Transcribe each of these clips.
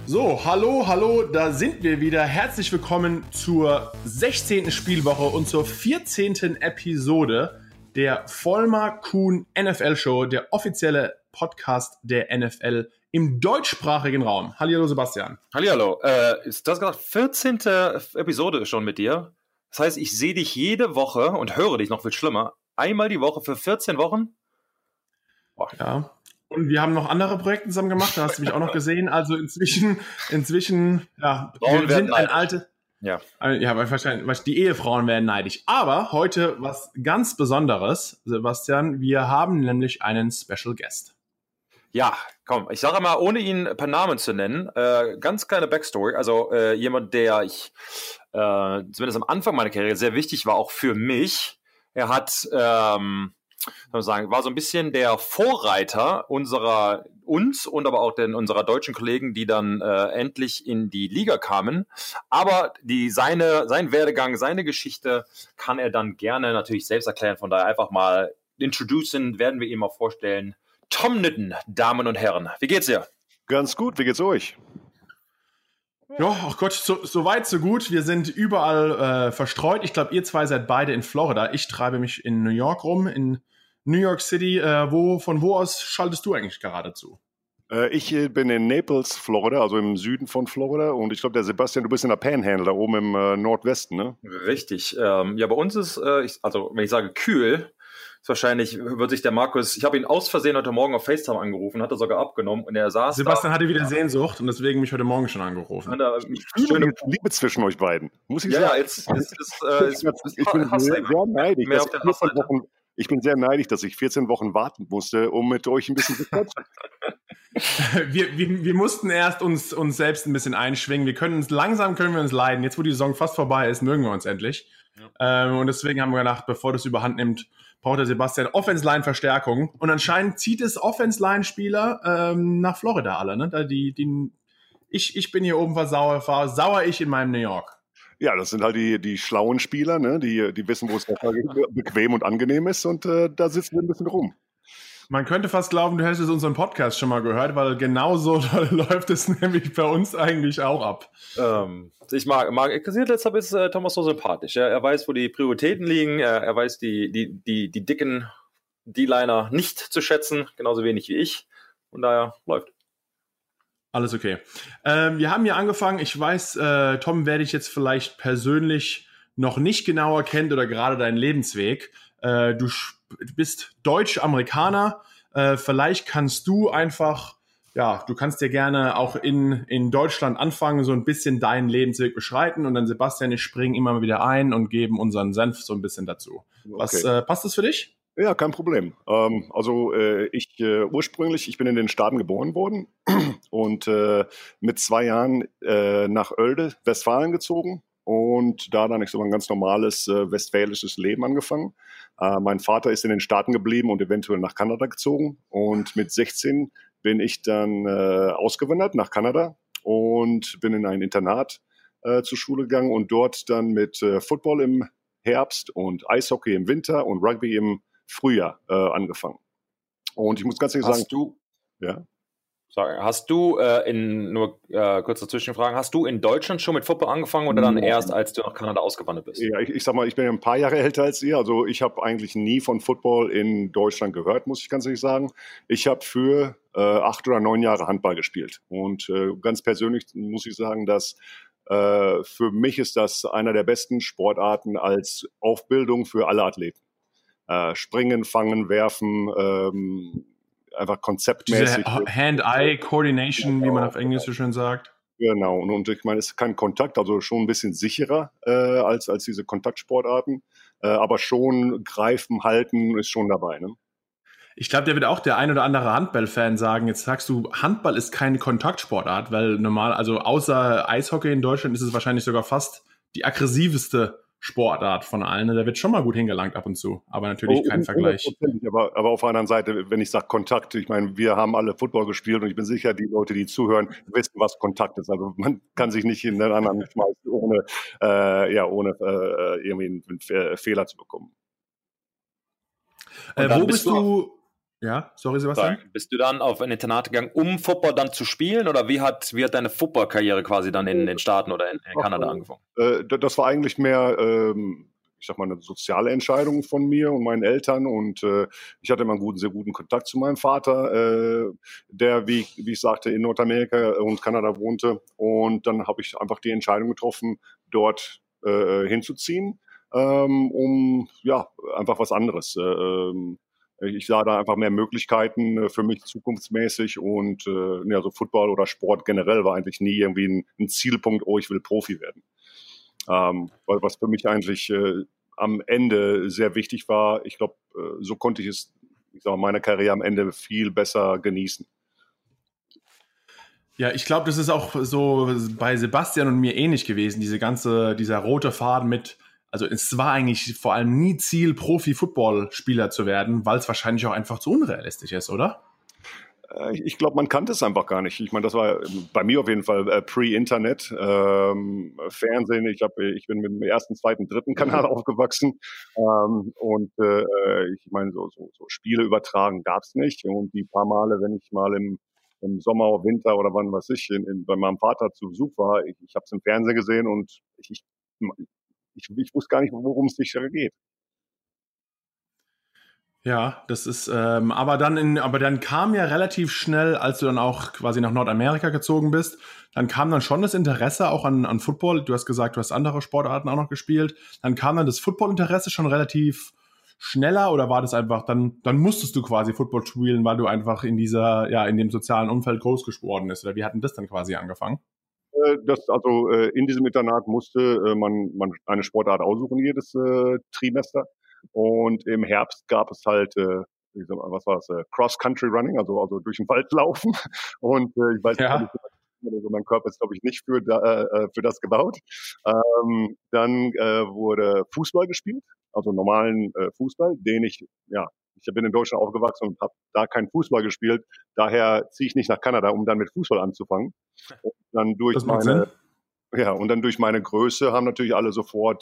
So, hallo, da sind wir wieder. Herzlich willkommen zur 16. Spielwoche und zur 14. Episode der Vollmer Kuhn NFL Show, der offizielle Podcast der NFL im deutschsprachigen Raum. Hallihallo Sebastian. Hallihallo, ist das gerade 14. Episode schon mit dir? Das heißt, ich sehe dich jede Woche und höre dich noch viel schlimmer. Einmal die Woche für 14 Wochen? Boah. Ja. Und wir haben noch andere Projekte zusammen gemacht, da hast du mich auch noch gesehen. Also inzwischen, ja, wir sind ein alte. Ja, wahrscheinlich, die Ehefrauen werden neidisch. Aber heute was ganz Besonderes, Sebastian. Wir haben nämlich einen Special Guest. Ja, komm, ich sage mal, ohne ihn per Namen zu nennen, ganz kleine Backstory. Also jemand, der ich zumindest am Anfang meiner Karriere sehr wichtig war, auch für mich. Er hat war so ein bisschen der Vorreiter uns und aber auch unserer deutschen Kollegen, die dann endlich in die Liga kamen. Aber sein Werdegang, seine Geschichte kann er dann gerne natürlich selbst erklären. Von daher einfach mal introducen, werden wir ihm mal vorstellen. Tom Nitten, Damen und Herren. Wie geht's dir? Ganz gut, wie geht's euch? Ja, ach Gott, so weit, so gut. Wir sind überall verstreut. Ich glaube, ihr zwei seid beide in Florida. Ich treibe mich in New York rum, in New York City. Von wo aus schaltest du eigentlich gerade zu? Ich bin in Naples, Florida, also im Süden von Florida. Und ich glaube, der Sebastian, du bist in der Panhandle, da oben im Nordwesten, ne? Richtig. Ja, bei uns ist, wenn ich sage kühl, wahrscheinlich wird sich der Markus, ich habe ihn aus Versehen heute Morgen auf FaceTime angerufen, hat er sogar abgenommen und er saß Sebastian hatte wieder Sehnsucht und deswegen mich heute Morgen schon angerufen. Schöne Liebe zwischen euch beiden, muss ich sagen. Ja, jetzt ich bin sehr neidisch. Ich bin sehr neidisch, dass ich 14 Wochen warten musste, um mit euch ein bisschen zu quatschen. wir mussten erst uns selbst ein bisschen einschwingen. Langsam können wir uns leiden. Jetzt, wo die Saison fast vorbei ist, mögen wir uns endlich. Ja. Und deswegen haben wir gedacht, bevor das überhand nimmt, braucht der Sebastian Offense-Line-Verstärkung. Und anscheinend zieht es Offense-Line-Spieler nach Florida alle. Ne? Ich bin hier oben sauer ich in meinem New York. Ja, das sind halt die schlauen Spieler, ne? Die wissen, wo es bequem und angenehm ist. Und da sitzen wir ein bisschen rum. Man könnte fast glauben, du hättest unseren Podcast schon mal gehört, weil genauso läuft es nämlich bei uns eigentlich auch ab. Ich mag deshalb ist Thomas so sympathisch. Ja? Er weiß, wo die Prioritäten liegen. Er weiß, die dicken D-Liner nicht zu schätzen, genauso wenig wie ich. Und daher läuft. Alles okay. Wir haben hier angefangen. Ich weiß, Tom, werde ich jetzt vielleicht persönlich noch nicht genauer kennt oder gerade deinen Lebensweg. Du bist Deutsch-Amerikaner. Vielleicht kannst du einfach, du kannst dir gerne auch in Deutschland anfangen, so ein bisschen deinen Lebensweg beschreiten und dann Sebastian, ich springe immer wieder ein und geben unseren Senf so ein bisschen dazu. Okay. Passt das für dich? Ja, kein Problem. Ich bin in den Staaten geboren worden und mit 2 Jahren nach Oelde, Westfalen gezogen und da dann ein ganz normales westfälisches Leben angefangen. Mein Vater ist in den Staaten geblieben und eventuell nach Kanada gezogen und mit 16 bin ich dann ausgewandert nach Kanada und bin in ein Internat zur Schule gegangen und dort dann mit Football im Herbst und Eishockey im Winter und Rugby im Frühjahr angefangen. Und ich muss ganz ehrlich sagen, hast du kurz dazwischen fragen, hast du in Deutschland schon mit Football angefangen oder dann erst, als du nach Kanada ausgewandert bist? Ja, ich sag mal, ich bin ein paar Jahre älter als ihr, also ich habe eigentlich nie von Football in Deutschland gehört, muss ich ganz ehrlich sagen. Ich habe für 8 oder 9 Jahre Handball gespielt und ganz persönlich muss ich sagen, dass für mich ist das einer der besten Sportarten als Aufbildung für alle Athleten. Springen, fangen, werfen, einfach konzeptmäßig. Hand-Eye-Coordination, wie man auf Englisch so schön sagt. Genau, und ich meine, es ist kein Kontakt, also schon ein bisschen sicherer als diese Kontaktsportarten, aber schon greifen, halten ist schon dabei, ne? Ich glaube, der wird auch der ein oder andere Handball-Fan sagen, jetzt sagst du, Handball ist keine Kontaktsportart, weil normal, also außer Eishockey in Deutschland ist es wahrscheinlich sogar fast die aggressivste Sportart von allen. Da wird schon mal gut hingelangt ab und zu, aber natürlich kein Vergleich. Aber auf der anderen Seite, wenn ich sage Kontakt, ich meine, wir haben alle Football gespielt und ich bin sicher, die Leute, die zuhören, wissen, was Kontakt ist. Also man kann sich nicht in den anderen schmeißen, ohne irgendwie einen Fehler zu bekommen. Wo bist du Ja, sorry, Sebastian. Bist du dann auf ein Internat gegangen, um Football dann zu spielen? Oder wie hat deine Football-Karriere quasi dann in den Staaten oder in Kanada angefangen? Das war eigentlich mehr, ich sag mal, eine soziale Entscheidung von mir und meinen Eltern. Und ich hatte immer einen sehr guten Kontakt zu meinem Vater, der, wie ich sagte, in Nordamerika und Kanada wohnte. Und dann habe ich einfach die Entscheidung getroffen, dort hinzuziehen, um ja einfach was anderes. Ich sah da einfach mehr Möglichkeiten für mich zukunftsmäßig und ja, so Football oder Sport generell war eigentlich nie irgendwie ein Zielpunkt, oh, ich will Profi werden. Was für mich eigentlich am Ende sehr wichtig war. Ich glaube, so konnte ich es, ich sag mal, meine Karriere am Ende viel besser genießen. Ja, ich glaube, das ist auch so bei Sebastian und mir ähnlich gewesen, dieser rote Faden mit, also es war eigentlich vor allem nie Ziel, Profi-Football-Spieler zu werden, weil es wahrscheinlich auch einfach zu unrealistisch ist, oder? Ich glaube, man kannte es einfach gar nicht. Ich meine, das war bei mir auf jeden Fall pre-Internet, Fernsehen. Ich bin mit dem ersten, zweiten, dritten Kanal aufgewachsen und ich meine, so Spiele übertragen gab es nicht. Und die paar Male, wenn ich mal im Sommer, Winter oder wann weiß ich, bei meinem Vater zu Besuch war, ich habe es im Fernsehen gesehen und ich wusste gar nicht, worum es sich da geht. Ja, das ist, aber dann kam ja relativ schnell, als du dann auch quasi nach Nordamerika gezogen bist, dann kam dann schon das Interesse auch an Football. Du hast gesagt, du hast andere Sportarten auch noch gespielt. Dann kam dann das Football-Interesse schon relativ schneller oder war das einfach, dann musstest du quasi Football spielen, weil du einfach in dem sozialen Umfeld groß geworden bist? Oder wie hat denn das dann quasi angefangen? In diesem Internat musste man eine Sportart aussuchen jedes Trimester. Und im Herbst gab es halt, was war das, Cross-Country-Running, also durch den Wald laufen. Und ich weiß nicht, also mein Körper ist, glaube ich, nicht für das gebaut. Dann wurde Fußball gespielt, also normalen Fußball, ich bin in Deutschland aufgewachsen und habe da keinen Fußball gespielt. Daher ziehe ich nicht nach Kanada, um dann mit Fußball anzufangen. Und dann das macht Sinn. Ja, und dann durch meine Größe haben natürlich alle sofort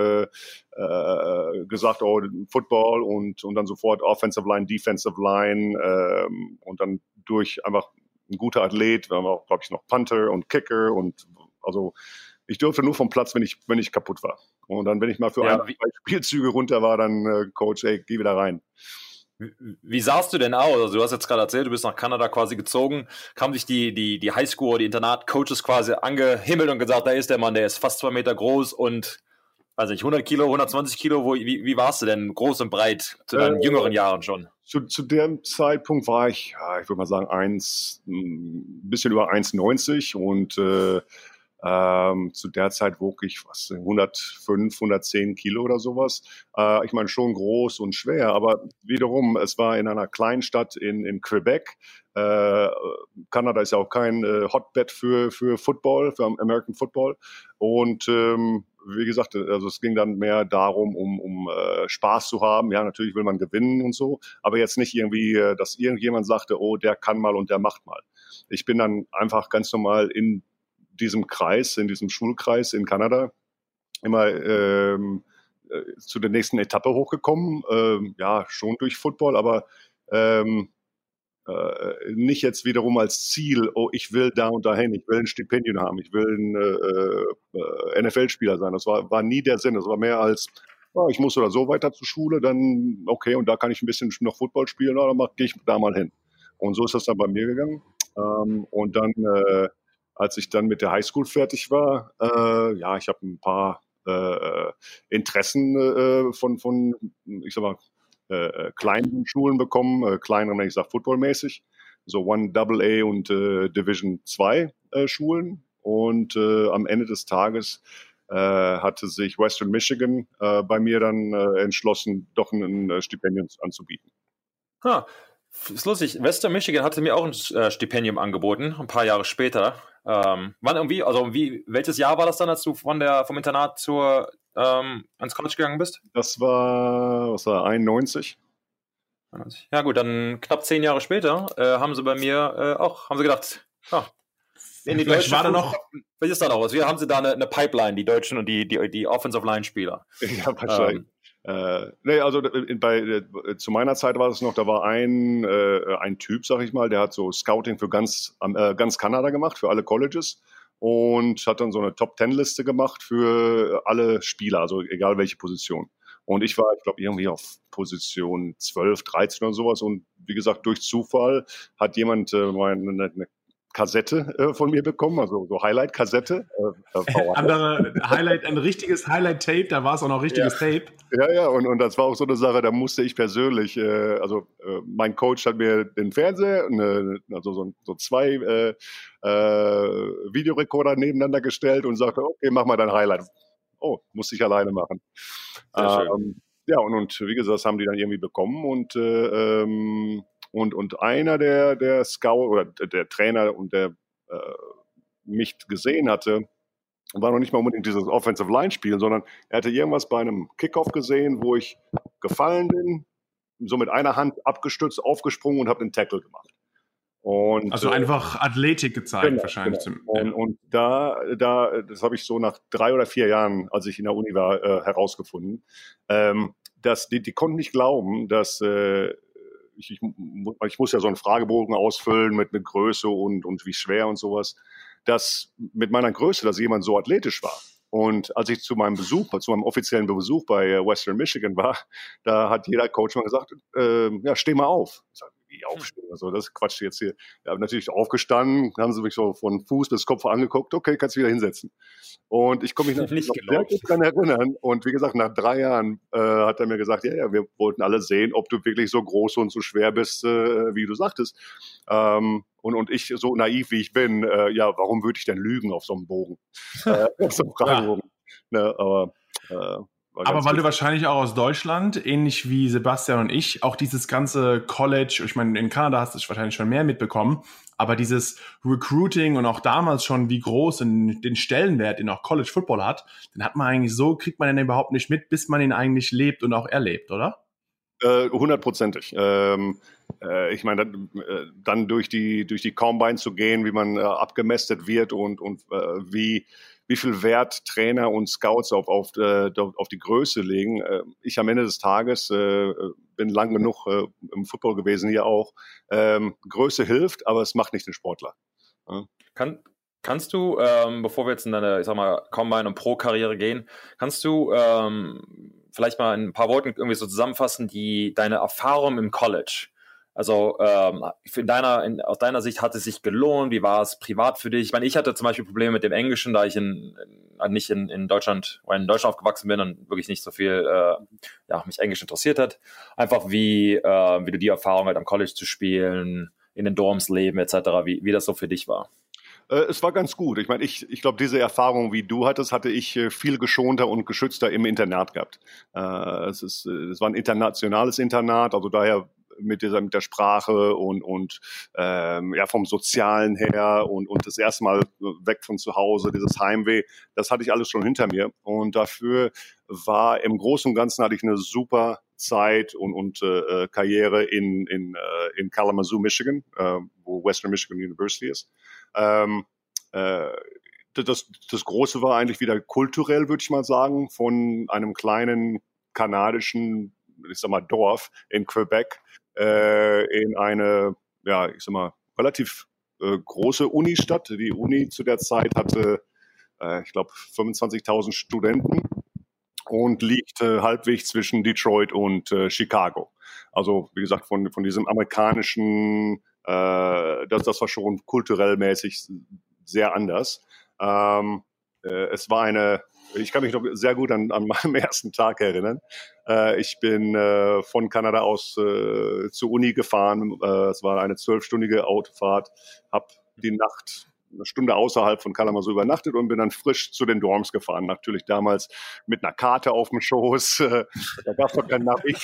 gesagt, oh, Football und dann sofort Offensive Line, Defensive Line und dann durch einfach ein guter Athlet, wir haben auch, glaube ich, noch Punter und Kicker und also ich durfte nur vom Platz, wenn ich kaputt war. Und dann, wenn ich mal für zwei Spielzüge runter war, dann Coach, ey, geh wieder rein. Wie sahst du denn aus? Also du hast jetzt gerade erzählt, du bist nach Kanada quasi gezogen. Kamen dich die Highschool oder die Internat-Coaches quasi angehimmelt und gesagt, da ist der Mann, der ist fast 2 Meter groß und, also nicht 100 Kilo, 120 Kilo. Wie warst du denn groß und breit zu deinen jüngeren Jahren schon? Zu dem Zeitpunkt war ich würde mal sagen, ein bisschen über 1,90 und zu der Zeit wog ich 105, 110 Kilo oder sowas. Ich meine, schon groß und schwer, aber wiederum, es war in einer kleinen Stadt in Quebec. Kanada ist ja auch kein Hotbed für Football, für American Football. Und wie gesagt, also es ging dann mehr darum, um Spaß zu haben. Ja, natürlich will man gewinnen und so, aber jetzt nicht irgendwie, dass irgendjemand sagte, oh, der kann mal und der macht mal. Ich bin dann einfach ganz normal in diesem Schulkreis in Kanada immer zu der nächsten Etappe hochgekommen. Schon durch Football, aber nicht jetzt wiederum als Ziel, oh, ich will da und dahin, ich will ein Stipendium haben, ich will ein NFL-Spieler sein. Das war nie der Sinn. Das war mehr als, ich muss oder so weiter zur Schule, dann okay, und da kann ich ein bisschen noch Football spielen, dann gehe ich da mal hin. Und so ist das dann bei mir gegangen. Und dann als ich dann mit der Highschool fertig war, ich habe ein paar Interessen von ich sag mal, kleinen Schulen bekommen, kleineren, wenn ich sage, footballmäßig, so 1AA und Division 2 Schulen. Und am Ende des Tages hatte sich Western Michigan bei mir dann entschlossen, doch ein Stipendium anzubieten. Ist lustig. Western Michigan hatte mir auch ein Stipendium angeboten, ein paar Jahre später. Welches Jahr war das dann, als du vom Internat ans College gegangen bist? Das war 91. Ja gut, dann knapp 10 Jahre später haben sie bei mir haben sie gedacht, in die Vielleicht war da noch. Was ist da noch was? Wir haben sie da eine Pipeline, die Deutschen und die Offensive Line Spieler. Ja, wahrscheinlich. Nee, also zu meiner Zeit war es noch, da war ein Typ, sag ich mal, der hat so Scouting für ganz Kanada gemacht, für alle Colleges und hat dann so eine Top-10-Liste gemacht für alle Spieler, also egal welche Position. Und ich glaube, irgendwie auf Position 12, 13 oder sowas. Und wie gesagt, durch Zufall hat jemand eine Kassette von mir bekommen, also so Highlight-Kassette. Ein richtiges Highlight-Tape, da war es auch noch richtiges Tape. Ja, und das war auch so eine Sache, da musste ich persönlich, mein Coach hat mir den Fernseher, also so zwei Videorekorder nebeneinander gestellt und sagte, okay, mach mal dein Highlight. Oh, musste ich alleine machen. Ja, und wie gesagt, das haben die dann irgendwie bekommen und einer der Scout oder der Trainer und der mich gesehen hatte, war noch nicht mal unbedingt dieses Offensive Line Spiel, sondern er hatte irgendwas bei einem Kickoff gesehen, wo ich gefallen bin, so mit einer Hand abgestützt, aufgesprungen und habe den Tackle gemacht. Und, also einfach Athletik gezeigt, genau, wahrscheinlich. Genau. Und das habe ich so nach 3 oder 4 Jahren, als ich in der Uni war, herausgefunden, dass die konnten nicht glauben, dass ich muss ja so einen Fragebogen ausfüllen mit Größe und wie schwer und sowas, dass mit meiner Größe, dass jemand so athletisch war. Und als ich zu meinem offiziellen Besuch bei Western Michigan war, da hat jeder Coach mal gesagt, steh mal auf. Ich sag, wie aufstehen? Also, das ist Quatsch jetzt hier. Ja, natürlich aufgestanden, haben sie mich so von Fuß bis Kopf angeguckt, okay, kannst du wieder hinsetzen. Und ich komme mich noch sehr gut daran erinnern. Und wie gesagt, nach 3 Jahren hat er mir gesagt, ja, wir wollten alle sehen, ob du wirklich so groß und so schwer bist, wie du sagtest. Und ich, so naiv wie ich bin, warum würde ich denn lügen auf so einem Bogen? Auf so einem Fragebogen. Ja. Ne, aber weil du wahrscheinlich auch aus Deutschland, ähnlich wie Sebastian und ich, auch dieses ganze College, ich meine, in Kanada hast du wahrscheinlich schon mehr mitbekommen, aber dieses Recruiting und auch damals schon, wie groß den Stellenwert, den auch College Football hat, den hat man eigentlich so, kriegt man den überhaupt nicht mit, bis man ihn eigentlich lebt und auch erlebt, oder? 100%ig. Ich meine, dann durch die Combine zu gehen, wie man abgemästet wird und wie viel Wert Trainer und Scouts auf die Größe legen. Ich am Ende des Tages bin lang genug im Football gewesen, hier auch. Größe hilft, aber es macht nicht den Sportler. Ja. Kannst du, bevor wir jetzt in deine, ich sag mal, Combine- und Pro-Karriere gehen, kannst du vielleicht mal in ein paar Worten irgendwie so zusammenfassen, deine Erfahrung im College? Also aus deiner Sicht hat es sich gelohnt? Wie war es privat für dich? Ich meine, ich hatte zum Beispiel Probleme mit dem Englischen, da ich nicht in Deutschland aufgewachsen bin und wirklich nicht so viel mich Englisch interessiert hat. Einfach wie du die Erfahrung halt am College zu spielen, in den Dorms leben etc., wie das so für dich war. Es war ganz gut. Ich meine, ich glaube, diese Erfahrung, wie du hattest, hatte ich viel geschonter und geschützter im Internat gehabt. Es war ein internationales Internat, also daher mit der Sprache und vom Sozialen her und das erste Mal weg von zu Hause, dieses Heimweh, das hatte ich alles schon hinter mir. Und dafür war im Großen und Ganzen hatte ich eine super Zeit und Karriere in Kalamazoo, Michigan, wo Western Michigan University ist. Das Große war eigentlich wieder kulturell, würde ich mal sagen, von einem kleinen kanadischen, ich sag mal, Dorf in Quebec in eine, ich sag mal, relativ große Unistadt. Die Uni zu der Zeit hatte, ich glaube, 25.000 Studenten und liegt halbwegs zwischen Detroit und Chicago. Also, wie gesagt, von diesem amerikanischen, das war schon kulturell mäßig sehr anders. Es war ich kann mich noch sehr gut an meinem ersten Tag erinnern. Ich bin von Kanada aus zur Uni gefahren. Es war eine 12-stündige Autofahrt, habe die Nacht eine Stunde außerhalb von Kalamazoo übernachtet und bin dann frisch zu den Dorms gefahren. Natürlich damals mit einer Karte auf dem Schoß. Da gab es noch kein Navi.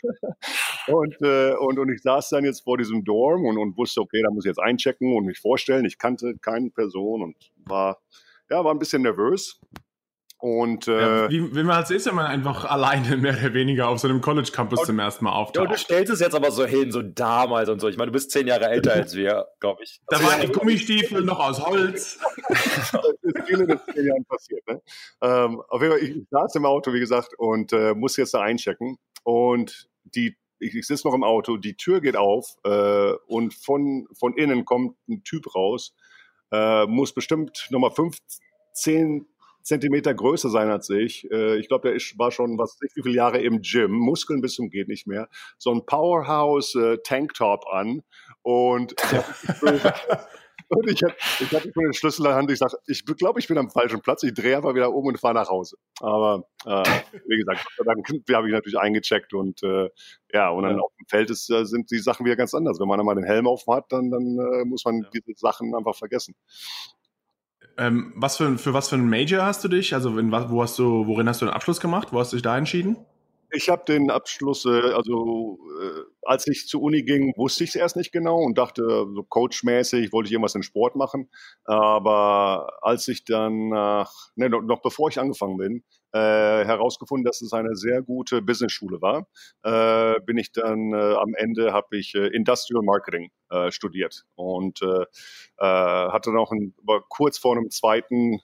Und ich saß dann jetzt vor diesem Dorm und wusste, okay, da muss ich jetzt einchecken und mich vorstellen. Ich kannte keine Person und war ein bisschen nervös. Und wie man halt ist, wenn man einfach alleine mehr oder weniger auf so einem College-Campus zum ersten Mal auftaucht. Ja, du stellst es jetzt aber so hin, so damals und so. Ich meine, du bist 10 Jahre älter als wir, glaube ich. Da waren die Gummistiefel noch aus Holz. Das ist viel in den 10 Jahren passiert. Ne? Auf jeden Fall, ich saß im Auto, wie gesagt, und muss jetzt da einchecken. Und ich sitze noch im Auto, die Tür geht auf und von innen kommt ein Typ raus, muss bestimmt nochmal 15 Zentimeter größer sein als ich. Ich glaube, war schon, wie viele Jahre im Gym, Muskeln bis zum geht nicht mehr. So ein Powerhouse-Tanktop an und und ich hatte schon den Schlüssel in der Hand. Ich sage, ich glaube, ich bin am falschen Platz. Ich drehe einfach wieder um und fahre nach Hause. Aber wie gesagt, dann habe ich natürlich eingecheckt und und dann auf dem Feld sind die Sachen wieder ganz anders. Wenn man einmal den Helm auf hat, dann muss man diese Sachen einfach vergessen. Für was für ein Major hast du dich? Also worin hast du den Abschluss gemacht? Wo hast du dich da entschieden? Ich habe den Abschluss, als ich zur Uni ging, wusste ich es erst nicht genau und dachte, so coachmäßig wollte ich irgendwas in Sport machen. Aber als ich dann noch bevor ich angefangen bin, herausgefunden, dass es eine sehr gute Business-Schule war, bin ich dann am Ende habe ich Industrial Marketing studiert und hatte noch war kurz vor einem zweiten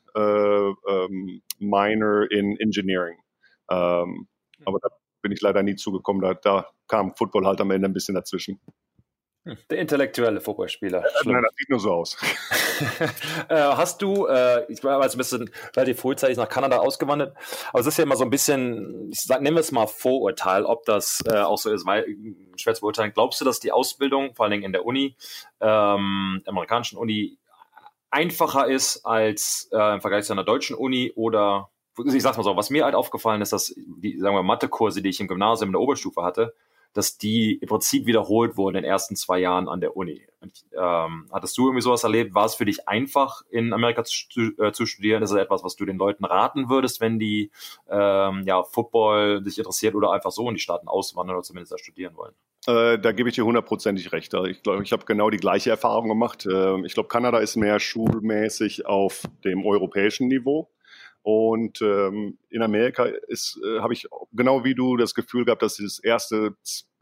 Minor in Engineering. Aber da bin ich leider nie zugekommen. Da kam Football halt am Ende ein bisschen dazwischen. Der intellektuelle Footballspieler. Nein, das sieht nur so aus. Hast du, ich war jetzt ein bisschen relativ frühzeitig nach Kanada ausgewandert, aber es ist ja immer so ein bisschen, nennen wir es mal Vorurteil, ob das auch so ist, weil, schwer zu beurteilen, glaubst du, dass die Ausbildung, vor allen Dingen in der Uni, amerikanischen Uni, einfacher ist als im Vergleich zu einer deutschen Uni oder, ich sag's mal so, was mir halt aufgefallen ist, dass die, sagen wir, Mathekurse, die ich im Gymnasium in der Oberstufe hatte, dass die im Prinzip wiederholt wurden in den ersten 2 Jahren an der Uni. Und, hattest du irgendwie sowas erlebt? War es für dich einfach, in Amerika zu studieren? Ist das etwas, was du den Leuten raten würdest, wenn die Football sich interessiert oder einfach so in die Staaten auswandern oder zumindest da studieren wollen? Da gebe ich dir 100%ig recht. Ich glaube, ich habe genau die gleiche Erfahrung gemacht. Ich glaube, Kanada ist mehr schulmäßig auf dem europäischen Niveau. Und in Amerika habe ich genau wie du das Gefühl gehabt, dass das ersten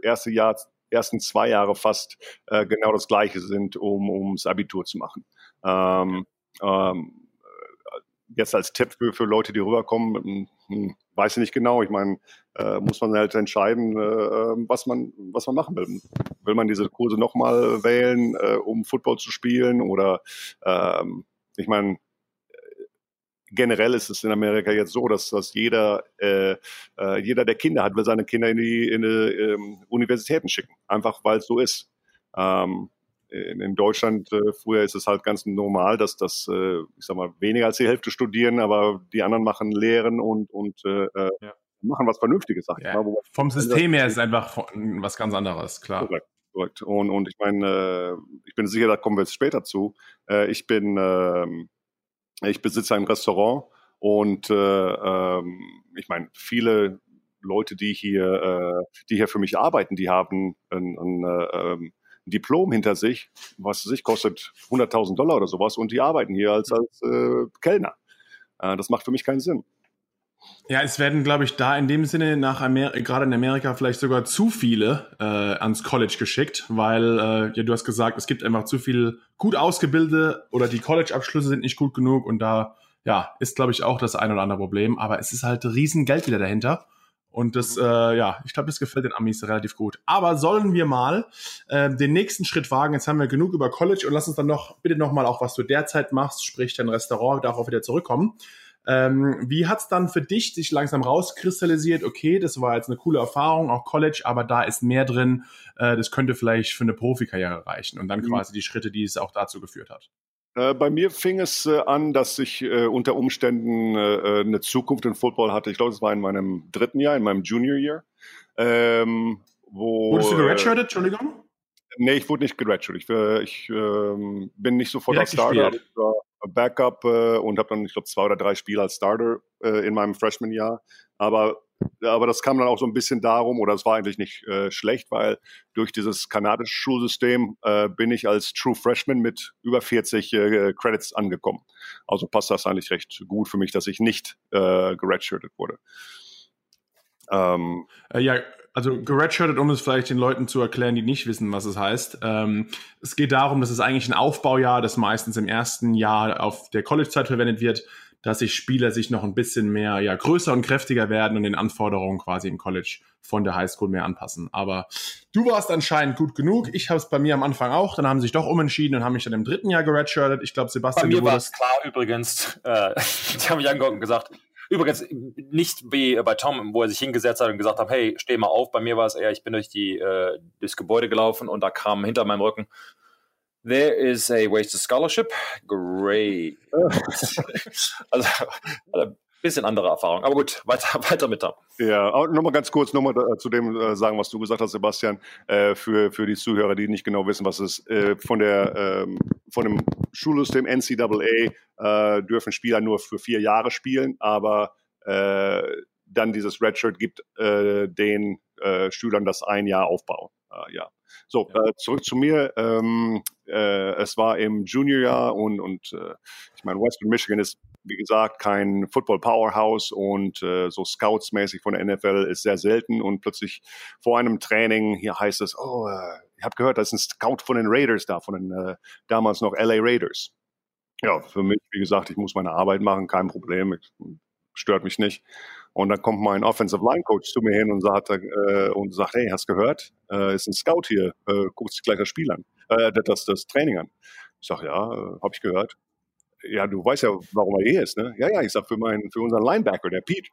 2 Jahre fast genau das Gleiche sind, ums Abitur zu machen. Jetzt als Tipp für Leute, die rüberkommen, weiß ich nicht genau. Ich meine, muss man halt entscheiden, was man machen will. Will man diese Kurse nochmal wählen, um Football zu spielen? Oder ich meine, generell ist es in Amerika jetzt so, dass jeder, der Kinder hat, will seine Kinder in die Universitäten schicken. Einfach, weil es so ist. In Deutschland früher ist es halt ganz normal, dass ich sag mal, weniger als die Hälfte studieren, aber die anderen machen Lehren und machen was Vernünftiges, sag ich mal. Vom System her ist es einfach was ganz anderes, klar. Korrekt. Und ich meine, ich bin sicher, da kommen wir jetzt später zu. Ich besitze ein Restaurant und ich meine, viele Leute, die hier für mich arbeiten, die haben ein Diplom hinter sich, was sich kostet $100.000 oder sowas, und die arbeiten hier als Kellner. Das macht für mich keinen Sinn. Ja, es werden, glaube ich, da in dem Sinne gerade in Amerika vielleicht sogar zu viele ans College geschickt, weil, du hast gesagt, es gibt einfach zu viel gut ausgebildete oder die College-Abschlüsse sind nicht gut genug und da, ist, glaube ich, auch das ein oder andere Problem, aber es ist halt Riesengeld wieder dahinter und das, ich glaube, das gefällt den Amis relativ gut. Aber sollen wir mal den nächsten Schritt wagen? Jetzt haben wir genug über College und lass uns dann bitte noch mal auch, was du derzeit machst, sprich dein Restaurant, darauf wieder zurückkommen. Wie hat's dann für dich sich langsam rauskristallisiert? Okay, das war jetzt eine coole Erfahrung, auch College, aber da ist mehr drin, das könnte vielleicht für eine Profikarriere reichen und dann quasi die Schritte, die es auch dazu geführt hat. Bei mir fing es an, dass ich unter Umständen eine Zukunft in Football hatte. Ich glaube, es war in meinem 3. Jahr, in meinem Junior Year. Wurdest du geredshirtet, Entschuldigung? Nee, ich wurde nicht geredshirtet. Ich bin nicht sofort direkt als Starter. gespielt. Ich war Backup und habe dann, ich glaube, 2 oder 3 Spiele als Starter in meinem Freshman-Jahr. Aber das kam dann auch so ein bisschen darum, oder es war eigentlich nicht schlecht, weil durch dieses kanadische Schulsystem bin ich als True Freshman mit über 40 Credits angekommen. Also passt das eigentlich recht gut für mich, dass ich nicht geredshirtet wurde. Also geredshirtet, um es vielleicht den Leuten zu erklären, die nicht wissen, was es heißt. Es geht darum, dass es eigentlich ein Aufbaujahr, das meistens im ersten Jahr auf der College-Zeit verwendet wird, dass sich Spieler sich noch ein bisschen mehr, ja, größer und kräftiger werden und den Anforderungen quasi im College von der Highschool mehr anpassen. Aber du warst anscheinend gut genug. Ich habe es bei mir am Anfang auch. Dann haben sie sich doch umentschieden und haben mich dann im dritten Jahr geredshirtet. Ich glaube, Sebastian, bei mir war es klar übrigens. Die haben mich angeguckt und gesagt, übrigens nicht wie bei Tom, wo er sich hingesetzt hat und gesagt hat, hey, steh mal auf. Bei mir war es eher, ich bin durchs Gebäude gelaufen und da kam hinter meinem Rücken, there is a wasted scholarship. Great. Also ein bisschen andere Erfahrung. Aber gut, weiter mit da. Ja, nochmal ganz kurz zu dem sagen, was du gesagt hast, Sebastian, für die Zuhörer, die nicht genau wissen, was es von dem Schulsystem NCAA dürfen Spieler nur für 4 Jahre spielen, aber dann dieses Redshirt gibt den Schülern das 1 Jahr Aufbau. Ja. So, zurück zu mir. Es war im Juniorjahr und ich meine, Western Michigan ist, wie gesagt, kein Football-Powerhouse und so Scouts-mäßig von der NFL ist sehr selten und plötzlich vor einem Training hier heißt es, ich habe gehört, da ist ein Scout von den Raiders da, von den damals noch LA Raiders. Ja, für mich, wie gesagt, ich muss meine Arbeit machen, kein Problem, stört mich nicht. Und dann kommt mein Offensive Line Coach zu mir hin und sagt, hey, hast du gehört? Ist ein Scout hier, guckt sich gleich das Spiel an, das Training an. Ich sage, ja, habe ich gehört. Ja, du weißt ja, warum er hier ist, ne? Ja, ich sag für unseren Linebacker, der Pete.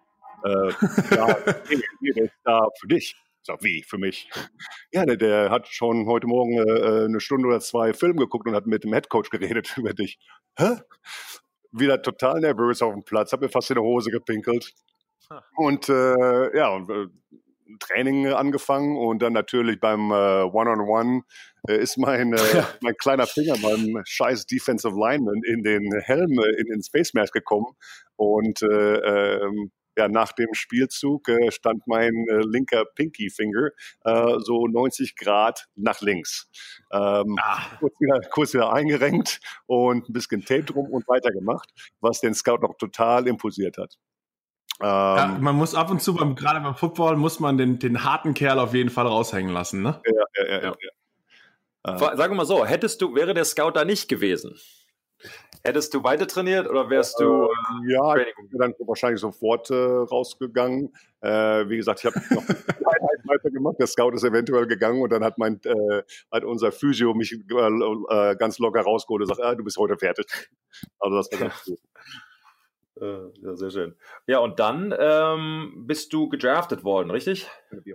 Ja, der ist da für dich. Ich sag, wie, für mich? Ja, der hat schon heute Morgen 1 Stunde oder 2 Film geguckt und hat mit dem Headcoach geredet über dich. Hä? Wieder total nervös auf dem Platz, hab mir fast in die Hose gepinkelt. Und Training angefangen und dann natürlich beim One-on-One ist mein kleiner Finger beim scheiß Defensive Lineman in den Helm, in den Face Mask gekommen und nach dem Spielzug stand mein linker Pinky Finger so 90 Grad nach links. Kurz wieder eingerenkt und ein bisschen Tape drum und weitergemacht, was den Scout noch total impulsiert hat. Ja, man muss ab und zu, gerade beim Football, muss man den harten Kerl auf jeden Fall raushängen lassen, ne? Ja. Sagen wir mal so, wäre der Scout da nicht gewesen? Hättest du weiter trainiert oder wärst du... ich bin dann wahrscheinlich sofort rausgegangen. Wie gesagt, ich habe noch weitergemacht. Der Scout ist eventuell gegangen und dann hat unser Physio mich ganz locker rausgeholt und gesagt, du bist heute fertig. Also das war ganz gut. Ja, sehr schön. Ja, und dann bist du gedraftet worden, richtig?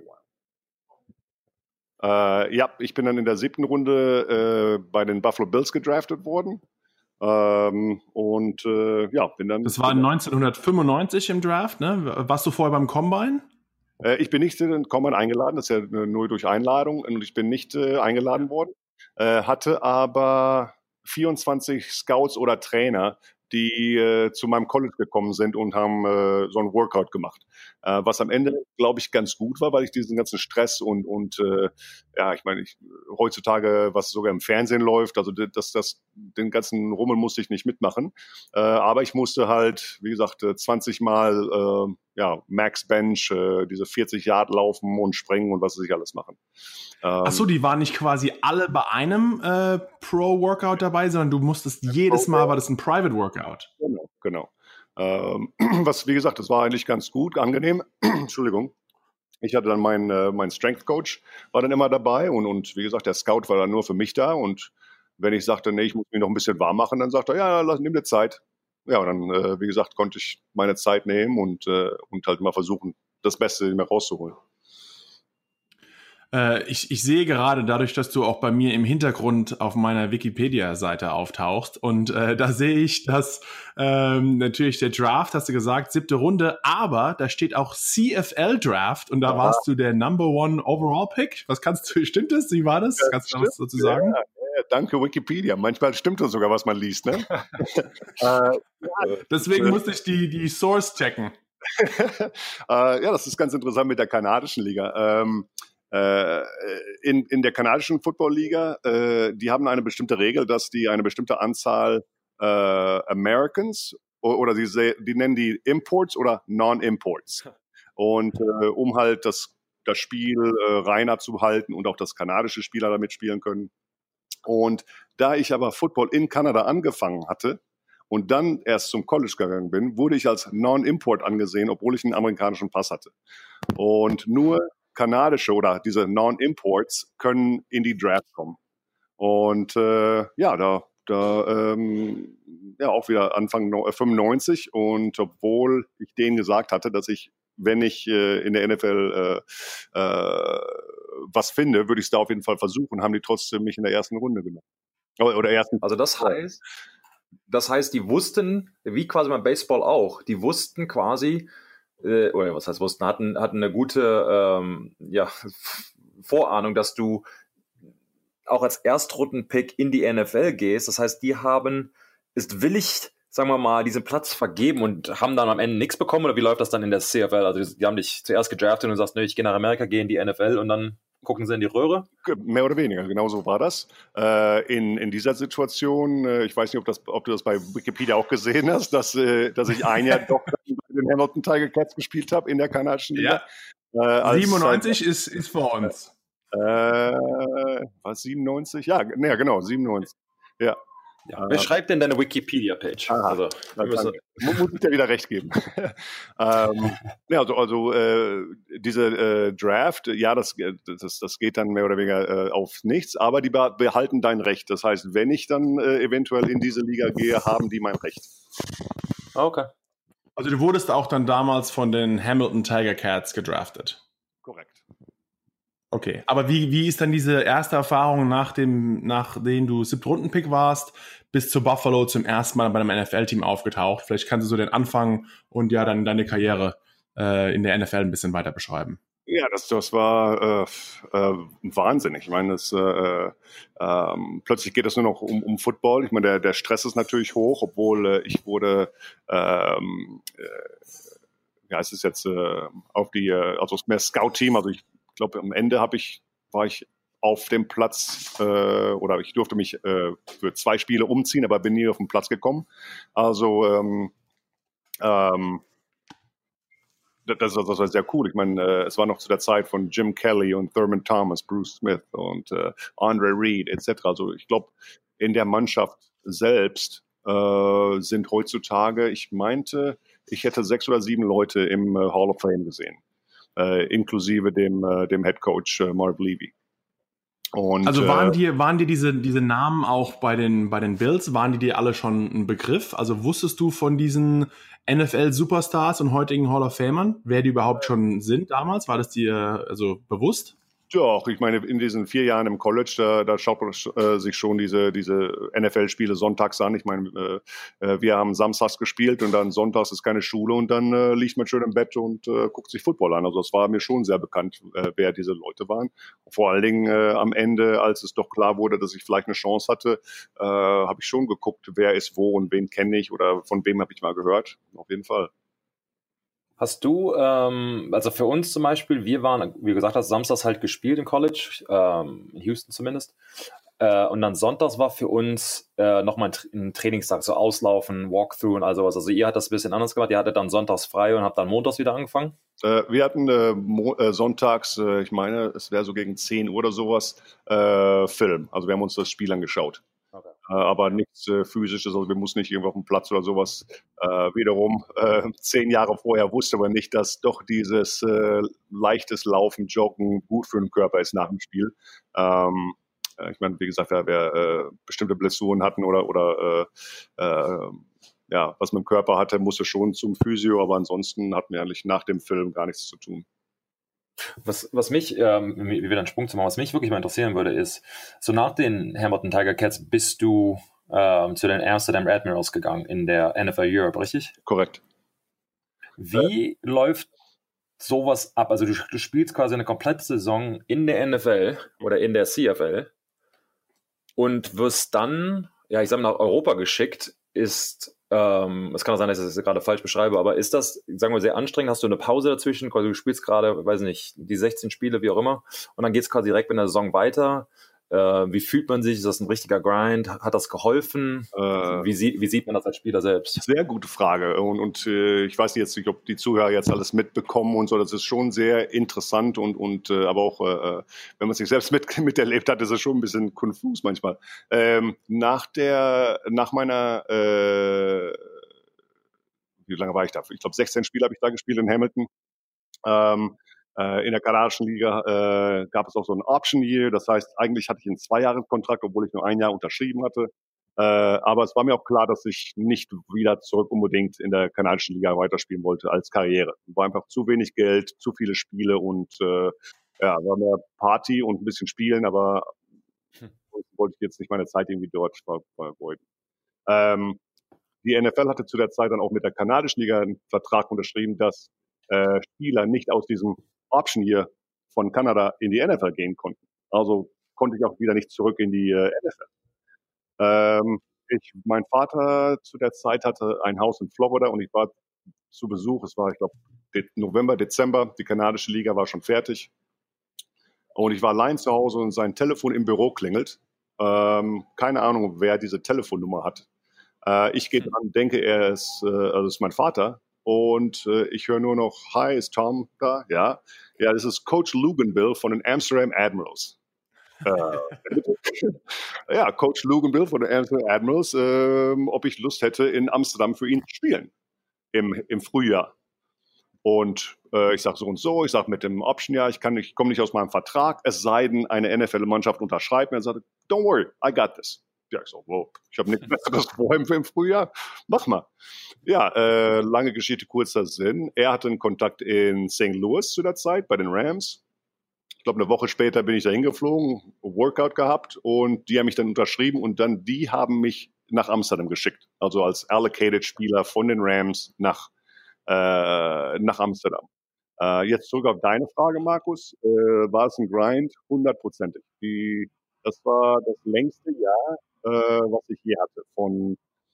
Ich bin dann in der 7. Runde bei den Buffalo Bills gedraftet worden. Bin dann... Das war 1995 im Draft, ne? Warst du vorher beim Combine? Ich bin nicht in den Combine eingeladen, das ist ja nur durch Einladung und ich bin nicht eingeladen worden, hatte aber 24 Scouts oder Trainer, die zu meinem College gekommen sind und haben so ein Workout gemacht. Was am Ende, glaube ich, ganz gut war, weil ich diesen ganzen Stress ich meine, heutzutage, was sogar im Fernsehen läuft, also den ganzen Rummel musste ich nicht mitmachen. Aber ich musste halt, wie gesagt, 20 Mal Max Bench, diese 40 Yard laufen und springen und was weiß ich alles machen. Achso, die waren nicht quasi alle bei einem Pro-Workout dabei, sondern du musstest jedes Mal, war das ein Private-Workout? Genau. Was, wie gesagt, das war eigentlich ganz gut, angenehm. Entschuldigung. Ich hatte dann mein Strength Coach, war dann immer dabei und wie gesagt, der Scout war dann nur für mich da und wenn ich sagte, nee, ich muss mich noch ein bisschen warm machen, dann sagt er, ja, nimm dir Zeit. Ja, und dann, wie gesagt, konnte ich meine Zeit nehmen und halt mal versuchen, das Beste mir rauszuholen. Ich sehe gerade dadurch, dass du auch bei mir im Hintergrund auf meiner Wikipedia-Seite auftauchst und da sehe ich, dass natürlich der Draft, hast du gesagt, 7. Runde, aber da steht auch CFL-Draft und da warst du der Number 1 Overall-Pick. Stimmt das? Wie war das? Kannst du das dazu sagen? Ja, danke Wikipedia. Manchmal stimmt das sogar, was man liest, ne? Deswegen musste ich die Source checken. Das ist ganz interessant mit der kanadischen Liga. In der kanadischen Football-Liga, die haben eine bestimmte Regel, dass die eine bestimmte Anzahl Americans oder die nennen die Imports oder Non-Imports. Und um halt das das Spiel reiner zu halten und auch, dass kanadische Spieler damit spielen können. Und da ich aber Football in Kanada angefangen hatte und dann erst zum College gegangen bin, wurde ich als Non-Import angesehen, obwohl ich einen amerikanischen Pass hatte. Und nur kanadische oder diese Non-Imports können in die Draft kommen. Und auch wieder Anfang 95. Und obwohl ich denen gesagt hatte, dass ich, wenn ich in der NFL was finde, würde ich es da auf jeden Fall versuchen, haben die trotzdem mich in der ersten Runde genommen. Oder ersten. Also das heißt, die wussten, wie quasi beim Baseball auch, die wussten quasi, oder was heißt wussten, hatten eine gute Vorahnung, dass du auch als Erstrunden-Pick in die NFL gehst. Das heißt, ist willig, sagen wir mal, diesen Platz vergeben und haben dann am Ende nichts bekommen, oder wie läuft das dann in der CFL? Also die haben dich zuerst gedraftet und du sagst, nö, ich gehe nach Amerika, gehe in die NFL und dann gucken sie in die Röhre? Mehr oder weniger, genau so war das. In dieser Situation, ich weiß nicht, ob du das bei Wikipedia auch gesehen hast, dass ich ein Jahr doch in den Hamilton Tiger Cats gespielt habe in der kanadischen Liga. Ja. 97 ist vor uns. Was, 97? Ja, genau, 97. Ja. Ja. Wer schreibt denn deine Wikipedia-Page? Also, muss ich dir wieder recht geben. Diese Draft, ja, das geht dann mehr oder weniger auf nichts, aber die behalten dein Recht. Das heißt, wenn ich dann eventuell in diese Liga gehe, haben die mein Recht. Okay. Also du wurdest auch dann damals von den Hamilton Tiger Cats gedraftet? Korrekt. Okay, aber wie ist dann diese erste Erfahrung, nachdem du 7-Runden-Pick warst, bis zu Buffalo zum ersten Mal bei einem NFL-Team aufgetaucht? Vielleicht kannst du so den Anfang und ja dann deine Karriere in der NFL ein bisschen weiter beschreiben. Ja, das war wahnsinnig. Ich meine, plötzlich geht es nur noch um Football. Ich meine, der Stress ist natürlich hoch, obwohl ich wurde es ist jetzt also mehr Scout-Team, also ich glaube, am Ende war ich auf dem Platz oder ich durfte mich für 2 Spiele umziehen, aber bin nie auf den Platz gekommen. Also das war sehr cool. Ich meine, es war noch zu der Zeit von Jim Kelly und Thurman Thomas, Bruce Smith und Andre Reed etc. Also ich glaube, in der Mannschaft selbst sind heutzutage, ich meinte, ich hätte 6 oder 7 Leute im Hall of Fame gesehen. Inklusive dem Head Coach Marv Levy. Und, also waren dir diese Namen auch bei den Bills, waren die dir alle schon ein Begriff? Also wusstest du von diesen NFL-Superstars und heutigen Hall of Famern, wer die überhaupt schon sind damals? War das dir also bewusst? Doch, ich meine, in diesen 4 Jahren im College, da schaut man sich schon diese NFL-Spiele sonntags an. Ich meine, wir haben samstags gespielt und dann sonntags ist keine Schule und dann liegt man schön im Bett und guckt sich Football an. Also es war mir schon sehr bekannt, wer diese Leute waren. Vor allen Dingen am Ende, als es doch klar wurde, dass ich vielleicht eine Chance hatte, habe ich schon geguckt, wer ist wo und wen kenne ich oder von wem habe ich mal gehört. Auf jeden Fall. Hast du, also für uns zum Beispiel, wir waren, wie gesagt hast, samstags halt gespielt im College, in Houston zumindest, und dann sonntags war für uns nochmal ein Trainingstag, so Auslaufen, Walkthrough und all sowas. Also ihr hattet das ein bisschen anders gemacht, ihr hattet dann sonntags frei und habt dann montags wieder angefangen? Wir hatten sonntags, ich meine, es wäre so gegen 10 Uhr oder sowas, Film. Also wir haben uns das Spiel angeschaut. Okay. Aber nichts Physisches, also wir mussten nicht irgendwo auf dem Platz oder sowas. Wiederum 10 Jahre vorher wusste man nicht, dass doch dieses leichtes Laufen, Joggen gut für den Körper ist nach dem Spiel. Ich meine, wie gesagt, wer bestimmte Blessuren hatten oder was man im Körper hatte, musste schon zum Physio, aber ansonsten hatten wir eigentlich nach dem Film gar nichts zu tun. Was mich, wieder einen Sprung zu machen, was mich wirklich mal interessieren würde, ist, so nach den Hamilton Tiger Cats bist du zu den Amsterdam Admirals gegangen in der NFL Europe, richtig? Korrekt. Wie läuft sowas ab? Also du spielst quasi eine komplette Saison in der NFL oder in der CFL und wirst dann, ja, ich sag mal, nach Europa geschickt. Es kann auch sein, dass ich das gerade falsch beschreibe, aber ist das, sagen wir, sehr anstrengend? Hast du eine Pause dazwischen? Du spielst gerade, weiß nicht, die 16 Spiele, wie auch immer, und dann geht es quasi direkt mit der Saison weiter. Wie fühlt man sich? Ist das ein richtiger Grind? Hat das geholfen? Wie sieht man das als Spieler selbst? Sehr gute Frage. Und ich weiß jetzt nicht, ob die Zuhörer jetzt alles mitbekommen und so. Das ist schon sehr interessant aber auch, wenn man sich selbst miterlebt hat, ist es schon ein bisschen konfus manchmal. Nach meiner, wie lange war ich da? Ich glaube, 16 Spiele habe ich da gespielt in Hamilton. In der kanadischen Liga gab es auch so ein Option Year. Das heißt, eigentlich hatte ich einen 2-Jahres-Kontrakt, obwohl ich nur 1 Jahr unterschrieben hatte. Aber es war mir auch klar, dass ich nicht wieder zurück unbedingt in der kanadischen Liga weiterspielen wollte als Karriere. War einfach zu wenig Geld, zu viele Spiele und war mehr Party und ein bisschen Spielen, aber wollte ich jetzt nicht meine Zeit irgendwie dort vergeuden. Die NFL hatte zu der Zeit dann auch mit der kanadischen Liga einen Vertrag unterschrieben, dass Spieler nicht aus diesem Option Year von Kanada in die NFL gehen konnten. Also konnte ich auch wieder nicht zurück in die NFL. Mein Vater zu der Zeit hatte ein Haus in Florida und ich war zu Besuch. Es war, ich glaube, November, Dezember. Die kanadische Liga war schon fertig. Und ich war allein zu Hause und sein Telefon im Büro klingelt. Keine Ahnung, wer diese Telefonnummer hat. Ich gehe dran, denke, es ist mein Vater. Und ich höre nur noch, hi, ist Tom da? Ja, das ist Coach Luganville von den Amsterdam Admirals. Coach Luganville von den Amsterdam Admirals, ob ich Lust hätte, in Amsterdam für ihn zu spielen im Frühjahr. Und ich sage so und so, ich sage mit dem Option-Jahr, ich komme nicht aus meinem Vertrag, es sei denn, eine NFL-Mannschaft unterschreibt mir und sagt, don't worry, I got this. Ja, ich so, wow, ich habe nichts Besseres vor im Frühjahr, mach mal. Ja, lange Geschichte, kurzer Sinn. Er hatte einen Kontakt in St. Louis zu der Zeit bei den Rams. Ich glaube, eine Woche später bin ich da hingeflogen, Workout gehabt und die haben mich dann unterschrieben und dann die haben mich nach Amsterdam geschickt. Also als Allocated-Spieler von den Rams nach Amsterdam. Jetzt zurück auf deine Frage, Markus. War es ein Grind? 100%ig. Das war das längste Jahr, was ich je hatte. Von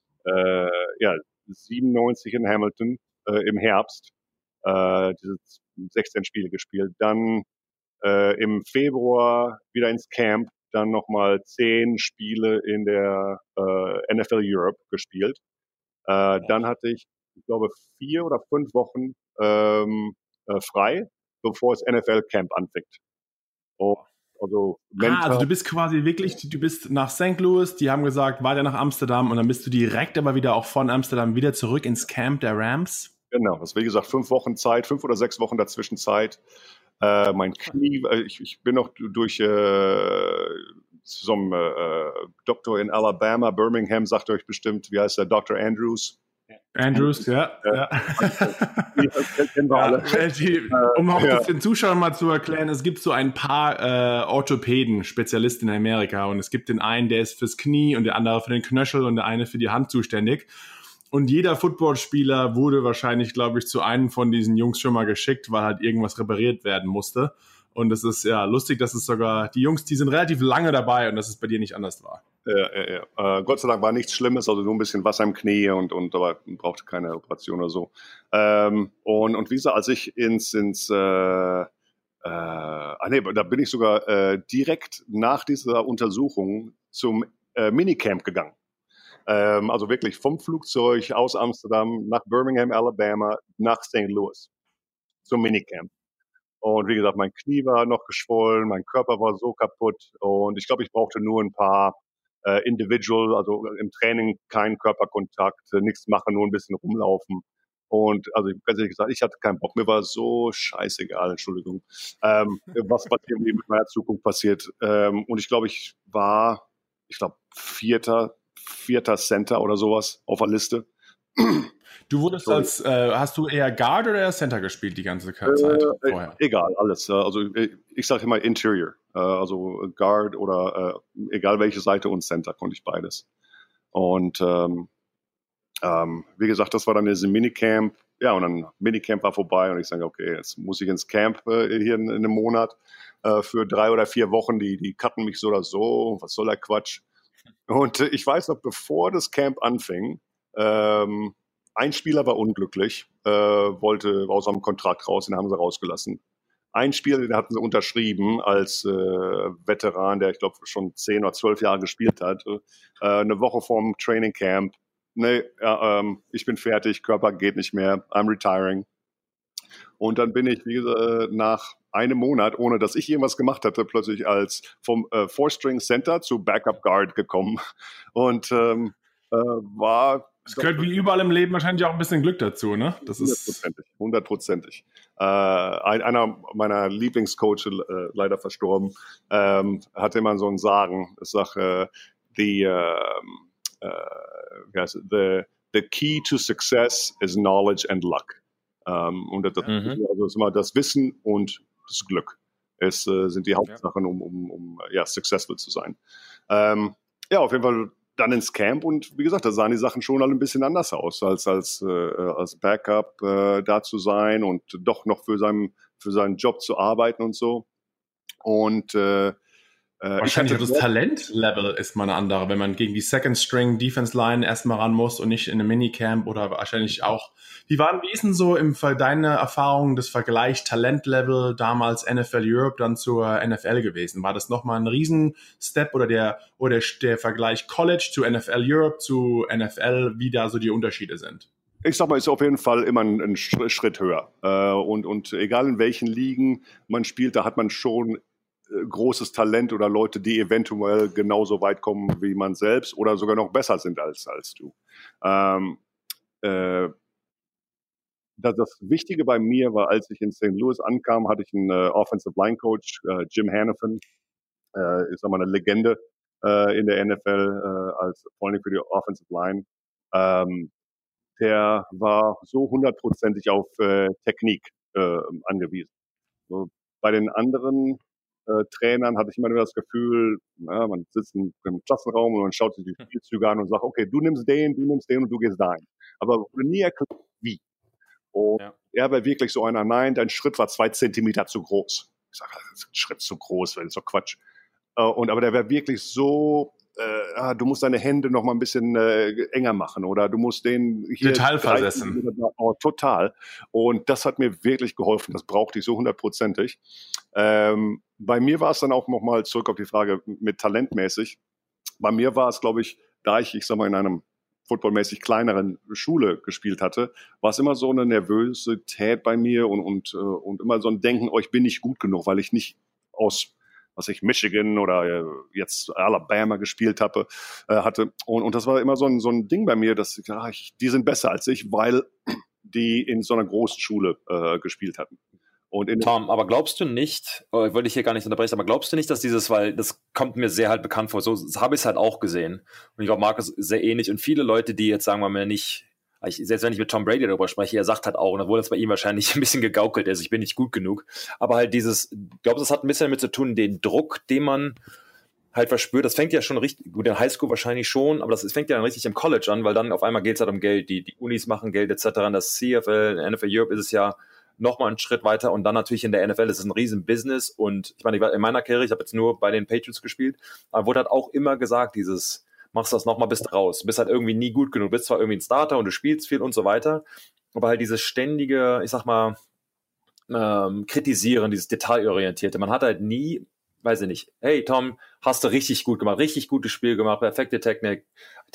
97 in Hamilton im Herbst. Diese 16 Spiele gespielt. Dann im Februar wieder ins Camp. Dann nochmal 10 Spiele in der NFL Europe gespielt. Dann hatte ich glaube, 4 oder 5 Wochen frei, bevor das NFL-Camp anfängt. Also du bist quasi wirklich, du bist nach St. Louis, die haben gesagt, weiter nach Amsterdam und dann bist du direkt aber wieder auch von Amsterdam wieder zurück ins Camp der Rams? Genau, das ist wie gesagt 5 Wochen Zeit, 5 oder 6 Wochen dazwischen Zeit. Mein Knie, ich bin noch durch so einen Doktor in Alabama, Birmingham, sagt euch bestimmt, wie heißt der, Dr. Andrews? Andrews, ja. Um auch das den Zuschauern mal zu erklären, es gibt so ein paar Orthopäden, Spezialisten in Amerika und es gibt den einen, der ist fürs Knie und der andere für den Knöchel und der eine für die Hand zuständig. Und jeder Footballspieler wurde wahrscheinlich, glaube ich, zu einem von diesen Jungs schon mal geschickt, weil halt irgendwas repariert werden musste. Und es ist ja lustig, dass es sogar die Jungs, die sind relativ lange dabei und dass es bei dir nicht anders war. Ja. Gott sei Dank war nichts Schlimmes, also nur ein bisschen Wasser im Knie und aber brauchte keine Operation oder so. Und wie gesagt, als ich da bin ich sogar direkt nach dieser Untersuchung zum Minicamp gegangen. Also wirklich vom Flugzeug aus Amsterdam nach Birmingham, Alabama, nach St. Louis zum Minicamp. Und wie gesagt, mein Knie war noch geschwollen, mein Körper war so kaputt und ich glaube, ich brauchte nur ein paar Individual, also im Training keinen Körperkontakt, nichts machen, nur ein bisschen rumlaufen. Und also ganz ehrlich gesagt, ich hatte keinen Bock. Mir war so scheißegal, Entschuldigung, was hier mit meiner Zukunft passiert. Und ich glaube, ich war vierter Center oder sowas auf der Liste. Du wurdest hast du eher Guard oder eher Center gespielt die ganze Zeit vorher? Egal, alles. Also ich sage immer Interior, also Guard oder egal welche Seite und Center konnte ich beides. Und wie gesagt, das war dann diese Minicamp. Ja, und dann Minicamp war vorbei und ich sage, okay, jetzt muss ich ins Camp hier in einem Monat für 3 oder 4 Wochen. Die cutten mich so oder so. Was soll der Quatsch? Und ich weiß noch, bevor das Camp anfing, ein Spieler war unglücklich, wollte aus seinem Kontrakt raus, den haben sie rausgelassen. ein Spieler, den hatten sie unterschrieben als Veteran, der ich glaube schon 10 oder 12 Jahre gespielt hat. Eine Woche vorm Training Camp. Nee, ich bin fertig, Körper geht nicht mehr, I'm retiring. Und dann bin ich, wie gesagt, nach einem Monat, ohne dass ich irgendwas gemacht hatte, plötzlich als vom Four-String Center zu Backup Guard gekommen. Und war... Es gehört wie überall im Leben wahrscheinlich auch ein bisschen Glück dazu, ne? Das ist hundertprozentig. Einer meiner Lieblingscoaches, leider verstorben, hatte immer so ein Sagen. Ich sage, the key to success is knowledge and luck. Und also ist immer das Wissen und das Glück. Es sind die Hauptsachen, um successful zu sein. Auf jeden Fall dann ins Camp und wie gesagt, da sahen die Sachen schon alle ein bisschen anders aus, als Backup da zu sein und doch noch für seinen Job zu arbeiten und so. Und wahrscheinlich auch das Talentlevel ist mal eine andere, wenn man gegen die Second String Defense Line erstmal ran muss und nicht in einem Minicamp oder wahrscheinlich auch. Wie ist denn so im Fall deine Erfahrung des Vergleich Talentlevel damals NFL Europe dann zur NFL gewesen? War das nochmal ein Riesen-Step oder der Vergleich College zu NFL Europe zu NFL, wie da so die Unterschiede sind? Ich sag mal, ist auf jeden Fall immer ein Schritt höher. Und egal in welchen Ligen man spielt, da hat man schon großes Talent oder Leute, die eventuell genauso weit kommen wie man selbst oder sogar noch besser sind als du. Das Wichtige bei mir war, als ich in St. Louis ankam, hatte ich einen Offensive Line Coach, Jim Hanifin, ist mal eine Legende in der NFL, als vor allem für die Offensive Line. Der war so 100%ig auf Technik angewiesen. So, bei den anderen Trainern hatte ich immer nur das Gefühl, man sitzt im Klassenraum und man schaut sich die Spielzüge an und sagt, okay, du nimmst den und du gehst dahin. Aber wurde nie erklärt, wie. Und er war wirklich so einer, nein, dein Schritt war 2 Zentimeter zu groß. Ich sage, das ist ein Schritt zu groß, das ist doch Quatsch. Aber der war wirklich so, du musst deine Hände noch mal ein bisschen enger machen oder du musst den hier Detailversessen. Total. Und das hat mir wirklich geholfen. Das brauchte ich so 100%ig. Bei mir war es dann auch noch mal zurück auf die Frage mit talentmäßig. Bei mir war es, glaube ich, da ich sag mal, in einem footballmäßig kleineren Schule gespielt hatte, war es immer so eine Nervosität bei mir und immer so ein Denken, ich bin nicht gut genug, weil ich nicht aus Michigan oder jetzt Alabama gespielt hatte. Und das war immer so ein Ding bei mir, dass die sind besser als ich, weil die in so einer großen Schule gespielt hatten. Tom, aber glaubst du nicht, wollte ich hier gar nicht unterbrechen, aber glaubst du nicht, dass weil das kommt mir sehr halt bekannt vor, so habe ich es halt auch gesehen. Und ich glaube, Markus ist sehr ähnlich und viele Leute, die jetzt sagen wir mal nicht, selbst wenn ich mit Tom Brady darüber spreche, er sagt halt auch, und obwohl das bei ihm wahrscheinlich ein bisschen gegaukelt ist, ich bin nicht gut genug, aber halt ich glaube, das hat ein bisschen damit zu tun, den Druck, den man halt verspürt, das fängt ja schon richtig, gut, in Highschool wahrscheinlich schon, aber das fängt ja dann richtig im College an, weil dann auf einmal geht es halt um Geld, die Unis machen Geld etc., und das CFL, in NFL Europe ist es ja nochmal einen Schritt weiter und dann natürlich in der NFL, das ist ein riesen Business und ich meine, in meiner Karriere, ich habe jetzt nur bei den Patriots gespielt, aber wurde halt auch immer gesagt, machst das nochmal, bist raus, bist halt irgendwie nie gut genug, bist zwar irgendwie ein Starter und du spielst viel und so weiter, aber halt dieses ständige, ich sag mal, Kritisieren, dieses Detailorientierte, man hat halt nie, weiß ich nicht, hey Tom, hast du richtig gut gemacht, richtig gutes Spiel gemacht, perfekte Technik,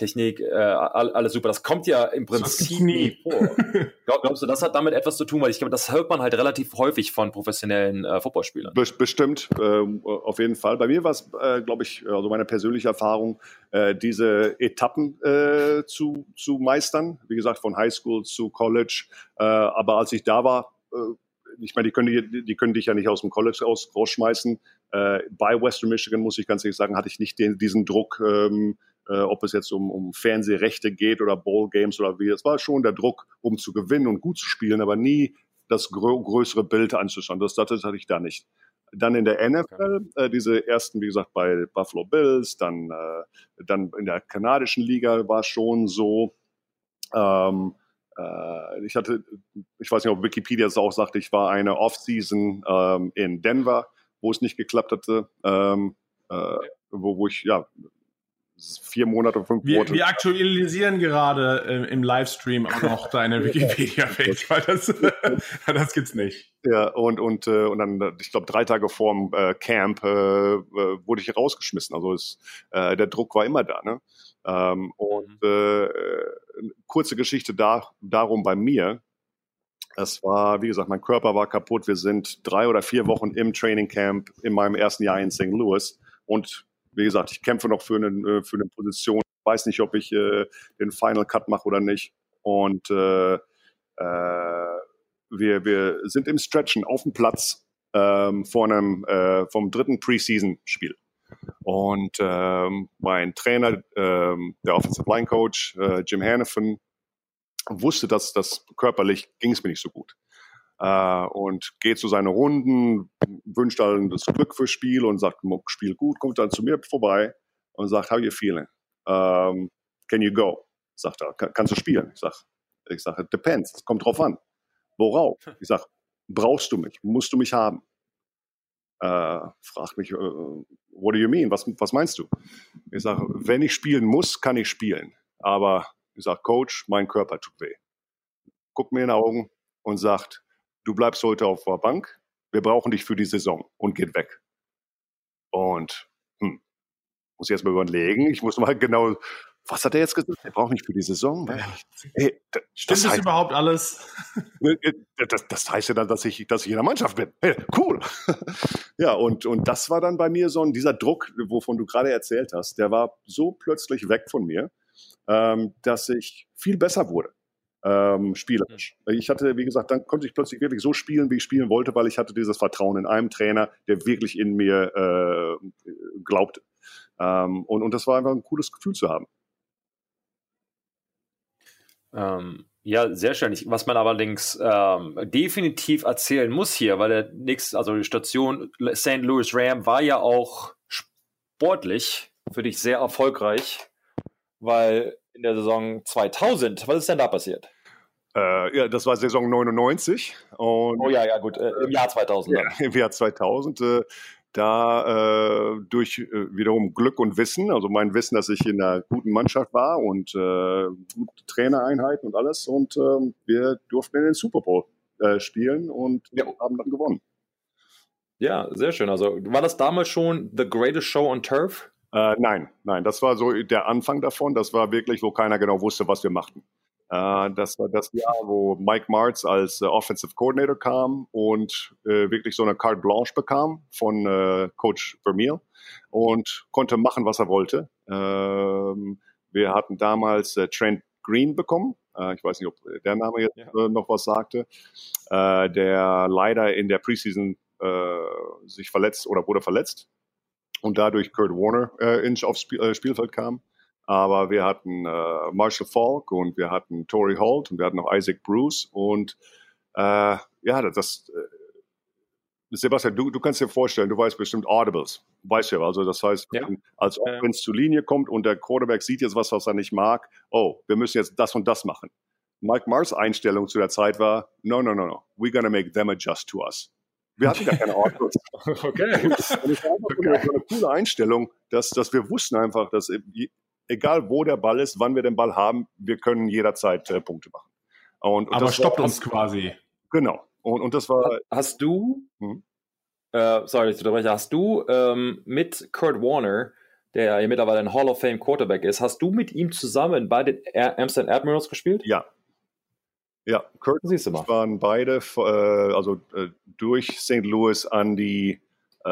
alles super. Das kommt ja im Prinzip nie vor. Glaubst du, das hat damit etwas zu tun? Weil ich glaube, das hört man halt relativ häufig von professionellen Footballspielern. Bestimmt, auf jeden Fall. Bei mir war es, glaube ich, also meine persönliche Erfahrung, diese Etappen zu meistern. Wie gesagt, von Highschool zu College. Aber als ich da war, ich meine, die können dich ja nicht aus dem College rausschmeißen. Bei Western Michigan, muss ich ganz ehrlich sagen, hatte ich nicht diesen Druck, ob es jetzt um Fernsehrechte geht oder Bowl-Games oder wie. Es war schon der Druck, um zu gewinnen und gut zu spielen, aber nie das größere Bild anzuschauen. Das hatte ich da nicht. Dann in der NFL, diese ersten, wie gesagt, bei Buffalo Bills, dann in der kanadischen Liga war es schon so, ich weiß nicht, ob Wikipedia es auch sagt, ich war eine Off-Season in Denver, wo es nicht geklappt hatte, wo ich 4 Monate, 5 Monate. Wir aktualisieren gerade im Livestream auch noch deine Wikipedia-Page, weil das gibt's nicht. Ja, und dann, ich glaube, 3 Tage vorm Camp wurde ich rausgeschmissen. Also der Druck war immer da. Ne? Kurze Geschichte darum bei mir. Das war, wie gesagt, mein Körper war kaputt. Wir sind 3 oder 4 Wochen im Training Camp in meinem ersten Jahr in St. Louis. Und wie gesagt, ich kämpfe noch für eine Position. Ich weiß nicht, ob ich den Final Cut mache oder nicht. Und wir sind im Stretchen auf dem Platz vom 3. Preseason-Spiel. Und mein Trainer, der Offensive Line Coach, Jim Hanifin, wusste, dass das körperlich ging es mir nicht so gut. Und geht zu seinen Runden, wünscht allen das Glück fürs Spiel und sagt, Spiel gut, kommt dann zu mir vorbei und sagt, how you feeling? Can you go? Sagt er, kannst du spielen? Ich sag, it depends, es kommt drauf an. Worauf? Ich sag, brauchst du mich? Musst du mich haben? Fragt mich, what do you mean? Was meinst du? Ich sage, wenn ich spielen muss, kann ich spielen. Aber ich sage, Coach, mein Körper tut weh. Guckt mir in die Augen und sagt, du bleibst heute auf der Bank, wir brauchen dich für die Saison und geht weg. Und muss ich jetzt mal überlegen, ich muss mal genau, was hat er jetzt gesagt? Er braucht mich für die Saison? Hey, stimmt das überhaupt alles? Das heißt ja dann, dass ich in der Mannschaft bin. Hey, cool. Ja, und das war dann bei mir so dieser Druck, wovon du gerade erzählt hast, der war so plötzlich weg von mir, dass ich viel besser wurde. Spielerisch. Ich hatte, wie gesagt, dann konnte ich plötzlich wirklich so spielen, wie ich spielen wollte, weil ich hatte dieses Vertrauen in einem Trainer, der wirklich in mir glaubte. Und das war einfach ein cooles Gefühl zu haben. Ja, sehr schön. Was man allerdings definitiv erzählen muss hier, weil die Station St. Louis Ram war ja auch sportlich für dich sehr erfolgreich, weil in der Saison 2000, was ist denn da passiert? Ja, das war Saison 99. Und gut, im Jahr 2000. Ja, im Jahr 2000. Durch wiederum Glück und Wissen, also mein Wissen, dass ich in einer guten Mannschaft war und gute Trainereinheiten und alles. Und wir durften in den Super Bowl spielen und haben dann gewonnen. Ja, sehr schön. Also war das damals schon the greatest show on turf? Nein, das war so der Anfang davon. Das war wirklich, wo keiner genau wusste, was wir machten. Das war das Jahr, wo Mike Martz als Offensive Coordinator kam und wirklich so eine carte blanche bekam von Coach Vermeil und konnte machen, was er wollte. Wir hatten damals Trent Green bekommen. Ich weiß nicht, ob der Name jetzt noch was sagte. Der leider in der Preseason sich verletzt oder wurde verletzt und dadurch Kurt Warner aufs Spielfeld kam. Aber wir hatten Marshall Falk und wir hatten Torrey Holt und wir hatten noch Isaac Bruce und Sebastian, du kannst dir vorstellen, du weißt bestimmt Audibles, weißt du, also das heißt, als Offense zur Linie kommt und der Quarterback sieht jetzt was er nicht mag, wir müssen jetzt das und das machen. Mike Mars Einstellung zu der Zeit war, no, we're gonna make them adjust to us. Wir hatten gar keine Audibles. Okay. Und es war einfach so eine coole Einstellung, dass wir wussten einfach, dass egal wo der Ball ist, wann wir den Ball haben, wir können jederzeit Punkte machen. Und aber stoppt uns quasi. Genau. Und das war... Hast du, sorry, ich unterbreche, hast du mit Kurt Warner, der ja mittlerweile ein Hall of Fame Quarterback ist, hast du mit ihm zusammen bei den Amsterdam Admirals gespielt? Ja. Ja, Kurt und ich waren beide durch St. Louis an die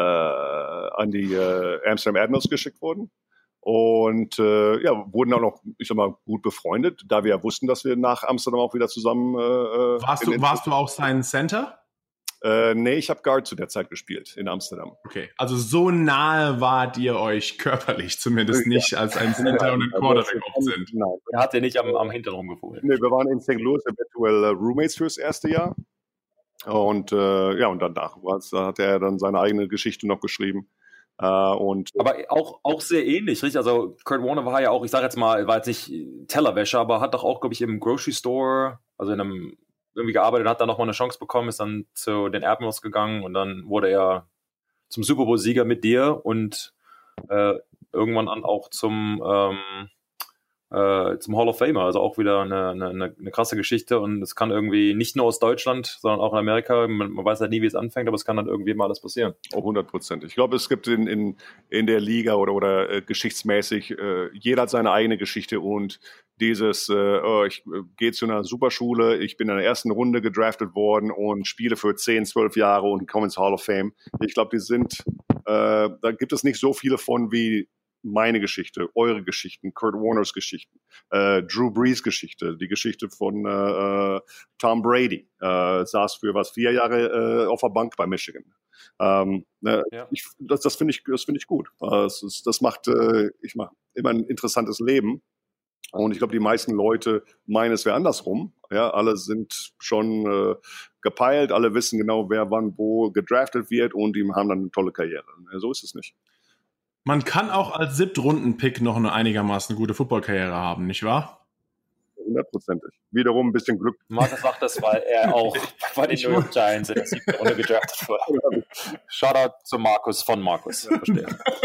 Amsterdam Admirals geschickt worden. Und wurden auch noch, ich sag mal, gut befreundet, da wir ja wussten, dass wir nach Amsterdam auch wieder zusammen... Warst du auch sein Center? Nee, ich habe Guard zu der Zeit gespielt in Amsterdam. Okay, also so nahe wart ihr euch körperlich zumindest nicht, als ein Center und ein Quarterback oft sind. Nein, er hat ja nicht am Hinterraum gefunden. Nee, wir waren in St. Louis eventuell Roommates fürs erste Jahr. Und und danach hat er dann seine eigene Geschichte noch geschrieben. Aber auch sehr ähnlich, richtig? Also Kurt Warner war ja auch, ich sage jetzt mal, war jetzt nicht Tellerwäscher, aber hat doch auch, glaube ich, im Grocery Store, also in einem irgendwie gearbeitet, hat dann nochmal eine Chance bekommen, ist dann zu den Admirals gegangen und dann wurde er zum Super Bowl-Sieger mit dir und irgendwann auch zum Hall of Famer, also auch wieder eine krasse Geschichte, und es kann irgendwie nicht nur aus Deutschland, sondern auch in Amerika, man weiß halt nie, wie es anfängt, aber es kann dann irgendwie mal alles passieren. Oh, 100%. Ich glaube, es gibt in der Liga oder geschichtsmäßig, jeder hat seine eigene Geschichte, und dieses, ich gehe zu einer Superschule, ich bin in der ersten Runde gedraftet worden und spiele für 10, 12 Jahre und komme ins Hall of Fame. Ich glaube, da gibt es nicht so viele von wie meine Geschichte, eure Geschichten, Kurt Warners Geschichten, Drew Brees Geschichte, die Geschichte von Tom Brady, saß für 4 Jahre auf der Bank bei Michigan. Ja. Das finde ich gut. Das macht immer ein interessantes Leben. Und ich glaube, die meisten Leute meinen, es wäre andersrum. Ja, alle sind schon gepeilt, alle wissen genau, wer wann wo gedraftet wird, und die haben dann eine tolle Karriere. So ist es nicht. Man kann auch als 7-Runden-Pick noch eine einigermaßen gute Footballkarriere haben, nicht wahr? 100%. Wiederum ein bisschen Glück. Markus sagt das, weil er auch bei den New York Giants in der 7. Runde gedraftet wurde. Shoutout zu Markus von Markus. Verstehe.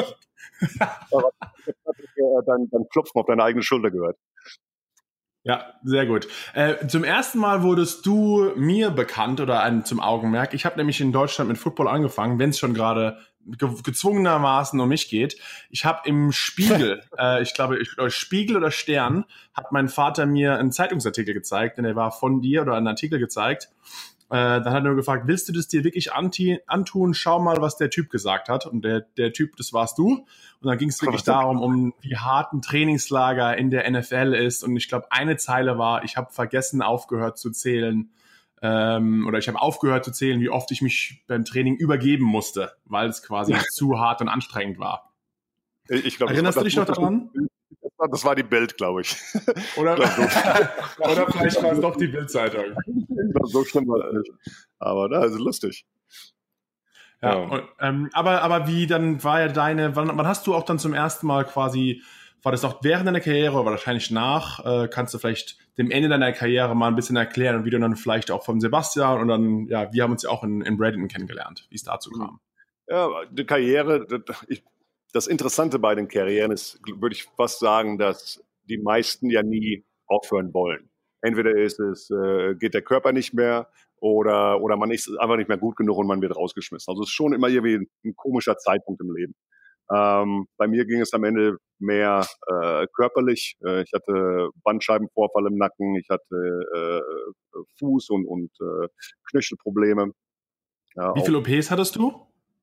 Dann klopfen auf deine eigene Schulter gehört. Ja, sehr gut. Zum ersten Mal wurdest du mir bekannt oder zum Augenmerk. Ich habe nämlich in Deutschland mit Football angefangen, wenn es schon gerade gezwungenermaßen um mich geht. Ich habe im Spiegel, ich glaube Spiegel oder Stern, hat mein Vater mir einen Zeitungsartikel gezeigt, denn er war von dir, oder einen Artikel gezeigt. Dann hat er nur gefragt, willst du das dir wirklich antun? Schau mal, was der Typ gesagt hat. Und der Typ, das warst du. Und dann ging es wirklich darum, wie hart ein Trainingslager in der NFL ist. Und ich glaube, eine Zeile war, ich habe vergessen, aufgehört zu zählen, wie oft ich mich beim Training übergeben musste, weil es quasi zu hart und anstrengend war. Erinnerst du dich noch daran? Das war die Bild, glaube ich. Oder vielleicht war es doch die Bild-Zeitung. So schlimm war das nicht. Aber das ist lustig. Ja. Und, aber wie dann war ja wann hast du auch dann zum ersten Mal quasi, war das auch während deiner Karriere oder wahrscheinlich nach, kannst du vielleicht dem Ende deiner Karriere mal ein bisschen erklären, und wie du dann vielleicht auch von Sebastian, und dann, ja, wir haben uns ja auch in Bradenton kennengelernt, wie es dazu kam. Ja, die Karriere, das Interessante bei den Karrieren ist, würde ich fast sagen, dass die meisten ja nie aufhören wollen. Entweder geht der Körper nicht mehr, oder man ist einfach nicht mehr gut genug und man wird rausgeschmissen. Also es ist schon immer irgendwie ein komischer Zeitpunkt im Leben. Bei mir ging es am Ende mehr körperlich. Ich hatte Bandscheibenvorfall im Nacken, ich hatte Fuß- und Knöchelprobleme. Wie viele OPs hattest du?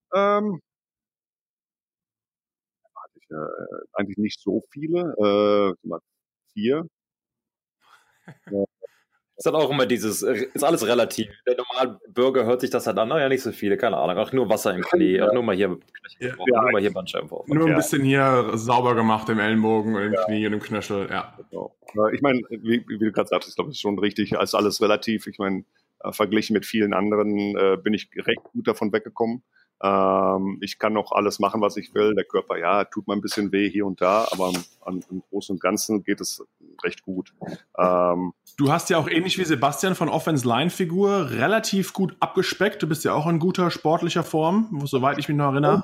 Eigentlich nicht so viele, 4. Ist dann auch immer ist alles relativ. Der normale Bürger hört sich das halt an, naja, nicht so viele, keine Ahnung, auch nur Wasser im Knie, auch nur mal hier Bandscheibenvorfall. Nur ein bisschen hier sauber gemacht im Ellenbogen, im Knie und im Knöchel, ja. Genau. Ich meine, wie du gerade sagst, ich glaube, das ist schon richtig, ist alles relativ. Ich meine, verglichen mit vielen anderen bin ich recht gut davon weggekommen. Ich kann noch alles machen, was ich will. Der Körper, ja, tut mal ein bisschen weh hier und da, aber im Großen und Ganzen geht es recht gut. Du hast ja auch ähnlich wie Sebastian von Offense-Line-Figur relativ gut abgespeckt. Du bist ja auch in guter sportlicher Form, soweit ich mich noch erinnere.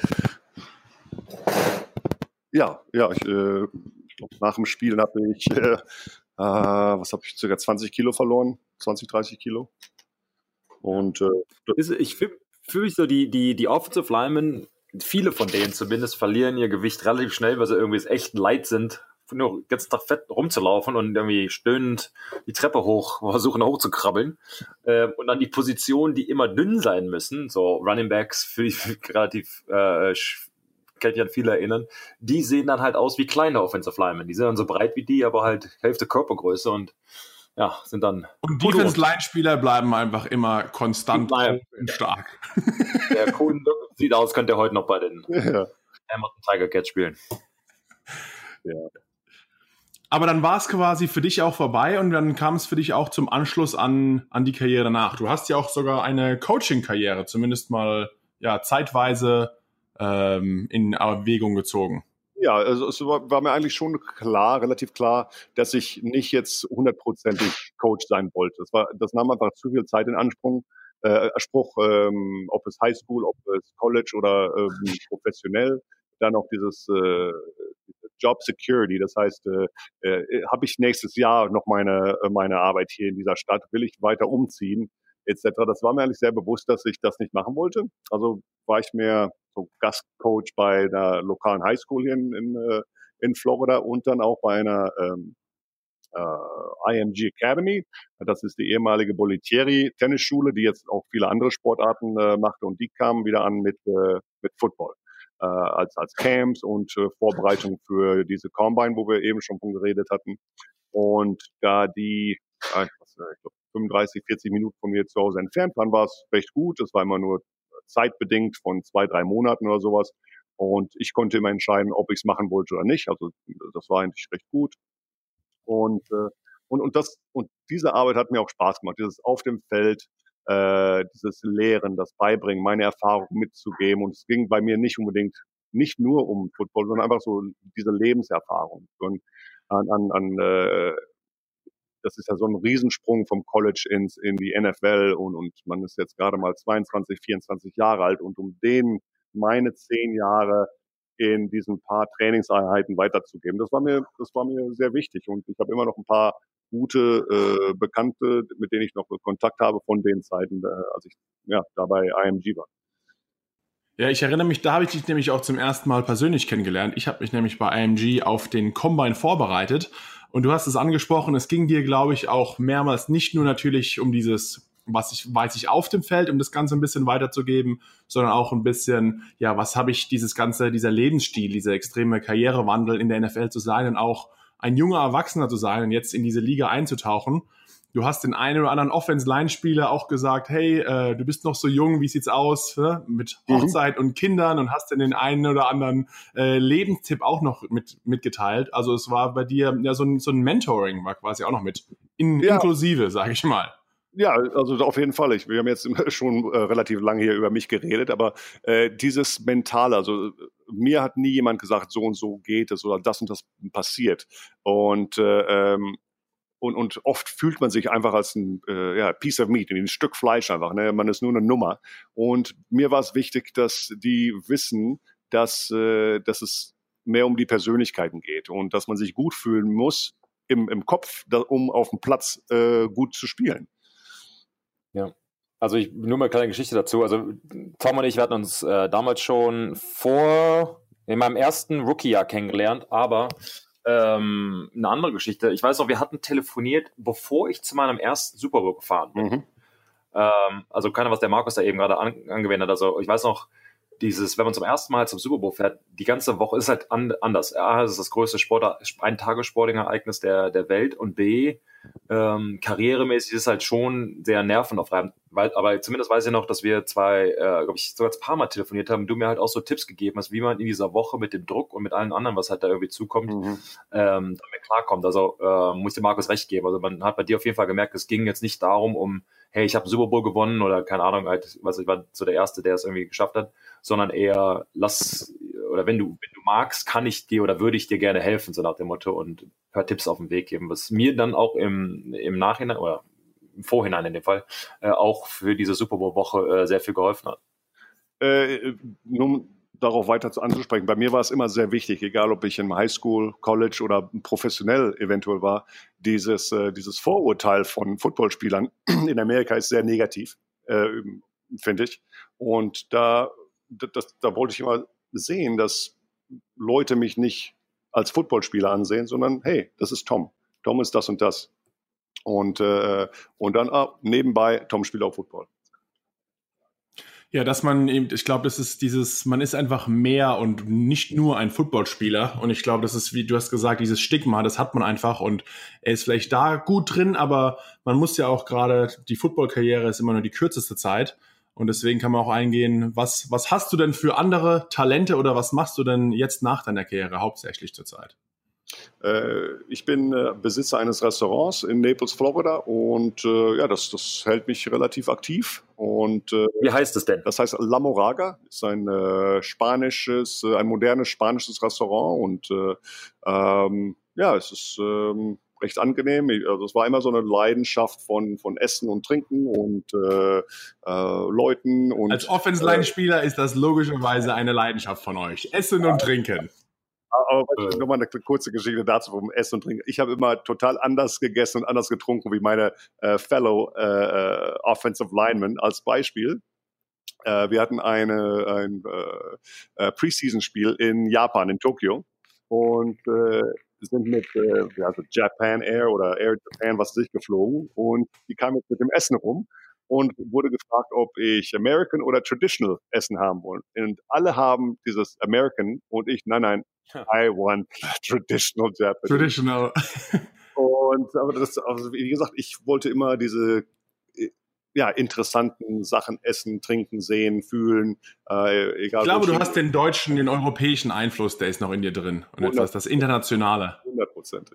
Ja, nach dem Spiel habe ich, circa 20 Kilo verloren, 20, 30 Kilo. Und ich fühle mich so, die Offensive Linemen, viele von denen zumindest, verlieren ihr Gewicht relativ schnell, weil sie irgendwie echt leid sind, nur den ganzen Tag fett rumzulaufen und irgendwie stöhnend die Treppe versuchen hochzukrabbeln. Und dann die Positionen, die immer dünn sein müssen, so Running Backs, für die relativ kann ich an viele erinnern, die sehen dann halt aus wie kleine Offensive Linemen. Die sind dann so breit wie die, aber halt Hälfte Körpergröße, und ja, sind dann. Und Defense-Line-Spieler bleiben einfach immer konstant und stark. Der Kuhn sieht aus, könnte er heute noch bei den Hamilton Tiger Cats spielen. Ja. Aber dann war es quasi für dich auch vorbei, und dann kam es für dich auch zum Anschluss an die Karriere nach. Du hast ja auch sogar eine Coaching-Karriere, zumindest mal zeitweise in Erwägung gezogen. Ja, also es war mir eigentlich schon relativ klar, dass ich nicht jetzt 100%ig Coach sein wollte. Das nahm einfach zu viel Zeit in Anspruch, ob es Highschool, ob es College oder professionell. dann noch dieses Job Security, das heißt, habe ich nächstes Jahr noch meine Arbeit hier in dieser Stadt, will ich weiter umziehen, etc. Das war mir eigentlich sehr bewusst, dass ich das nicht machen wollte. Also war ich mehr so Gastcoach bei einer lokalen Highschool hier in Florida und dann auch bei einer IMG Academy. Das ist die ehemalige Bollettieri Tennisschule, die jetzt auch viele andere Sportarten machte, und die kamen wieder an mit Football. Als Camps und Vorbereitung für diese Combine, wo wir eben schon von geredet hatten. Und da die, ich glaube, 35, 40 Minuten von mir zu Hause entfernt waren, war es recht gut. Das war immer nur zeitbedingt von 2-3 Monaten oder sowas. Und ich konnte immer entscheiden, ob ich es machen wollte oder nicht. Also das war eigentlich recht gut. Und diese Arbeit hat mir auch Spaß gemacht. Dieses auf dem Feld, dieses Lehren, das Beibringen, meine Erfahrung mitzugeben. Und es ging bei mir nicht nur um Football, sondern einfach so diese Lebenserfahrung. Und das ist ja so ein Riesensprung vom College in die NFL, und man ist jetzt gerade mal 22, 24 Jahre alt, und um denen meine 10 Jahre in diesen paar Trainingseinheiten weiterzugeben, das war mir sehr wichtig, und ich habe immer noch ein paar gute Bekannte, mit denen ich noch Kontakt habe von den Zeiten, als ich da bei IMG war. Ja, ich erinnere mich, da habe ich dich nämlich auch zum ersten Mal persönlich kennengelernt. Ich habe mich nämlich bei IMG auf den Combine vorbereitet, und du hast es angesprochen, es ging dir, glaube ich, auch mehrmals nicht nur natürlich um dieses, weiß ich auf dem Feld, um das Ganze ein bisschen weiterzugeben, sondern auch ein bisschen, ja, was habe ich dieser Lebensstil, dieser extreme Karrierewandel in der NFL zu sein und auch ein junger Erwachsener zu sein und jetzt in diese Liga einzutauchen. Du hast den einen oder anderen Offense-Line-Spieler auch gesagt, hey, du bist noch so jung, wie sieht's aus mit Hochzeit und Kindern, und hast dann den einen oder anderen Lebenstipp auch noch mitgeteilt. Also es war bei dir ja so ein Mentoring, war quasi auch noch mit inklusive, sage ich mal. Ja, also auf jeden Fall. Wir haben jetzt schon relativ lange hier über mich geredet, aber dieses Mentale, also mir hat nie jemand gesagt, so und so geht es oder das und das passiert. Und oft fühlt man sich einfach als ein Piece of Meat, ein Stück Fleisch einfach. Ne? Man ist nur eine Nummer. Und mir war es wichtig, dass die wissen, dass es mehr um die Persönlichkeiten geht und dass man sich gut fühlen muss im Kopf, um auf dem Platz gut zu spielen. Ja. Also nur mal eine kleine Geschichte dazu. Also Tom und ich, wir hatten uns damals schon in meinem ersten Rookie-Jahr kennengelernt, aber eine andere Geschichte. Ich weiß noch, wir hatten telefoniert, bevor ich zu meinem ersten Super Bowl gefahren bin. Also keine, was der Markus da eben gerade angewendet hat. Also ich weiß noch, wenn man zum ersten Mal zum Super Bowl fährt, die ganze Woche ist halt anders. A, es ist das größte Ein-Tages-Sporting-Ereignis der Welt, und B, karrieremäßig ist es halt schon sehr nervenaufreibend. Aber zumindest weiß ich noch, dass wir glaube ich, sogar ein paar Mal telefoniert haben und du mir halt auch so Tipps gegeben hast, wie man in dieser Woche mit dem Druck und mit allen anderen, was halt da irgendwie zukommt, damit klarkommt. Also muss dem Markus recht geben. Also man hat bei dir auf jeden Fall gemerkt, es ging jetzt nicht darum, hey, ich habe einen Super Bowl gewonnen oder keine Ahnung, halt, ich war so der Erste, der es irgendwie geschafft hat, sondern eher wenn du magst, kann ich dir oder würde ich dir gerne helfen, so nach dem Motto, und ein paar Tipps auf den Weg geben, was mir dann auch im Nachhinein oder im Vorhinein in dem Fall auch für diese Super Bowl-Woche sehr viel geholfen hat. Nur darauf weiter anzusprechen, bei mir war es immer sehr wichtig, egal ob ich im Highschool, College oder professionell eventuell war, dieses Vorurteil von Footballspielern in Amerika ist sehr negativ, finde ich. Und da wollte ich immer sehen, dass Leute mich nicht als Footballspieler ansehen, sondern hey, das ist Tom. Tom ist das und das. Und dann nebenbei, Tom spielt auch Football. Ja, dass man eben, ich glaube, das ist man ist einfach mehr und nicht nur ein Footballspieler. Und ich glaube, das ist, wie du hast gesagt, dieses Stigma, das hat man einfach, und er ist vielleicht da gut drin, aber man muss ja auch gerade, die Footballkarriere ist immer nur die kürzeste Zeit. Und deswegen kann man auch eingehen, was hast du denn für andere Talente oder was machst du denn jetzt nach deiner Karriere hauptsächlich zurzeit? Ich bin Besitzer eines Restaurants in Naples, Florida, und das hält mich relativ aktiv. Und wie heißt es denn? Das heißt La Moraga, ist ein modernes spanisches Restaurant, und es ist recht angenehm. Also es war immer so eine Leidenschaft von Essen und Trinken und Leuten. Und als Offense-Line-Spieler ist das logischerweise eine Leidenschaft von euch. Essen und Trinken. Aber nochmal eine kurze Geschichte dazu vom Essen und Trinken. Ich habe immer total anders gegessen und anders getrunken wie meine Fellow Offensive Linemen. Als Beispiel, wir hatten ein Preseason-Spiel in Japan, in Tokio, und sind mit also Japan Air oder Air Japan, was sich geflogen, und die kamen jetzt mit dem Essen rum und wurde gefragt, ob ich American oder Traditional Essen haben wollte. Und alle haben dieses American und ich, nein, I want Traditional Japanese. Traditional. Und aber also wie gesagt, ich wollte immer diese interessanten Sachen essen, trinken, sehen, fühlen. Egal, ich glaube, du hast den deutschen, den europäischen Einfluss, der ist noch in dir drin. Und etwas, das Internationale. 100%.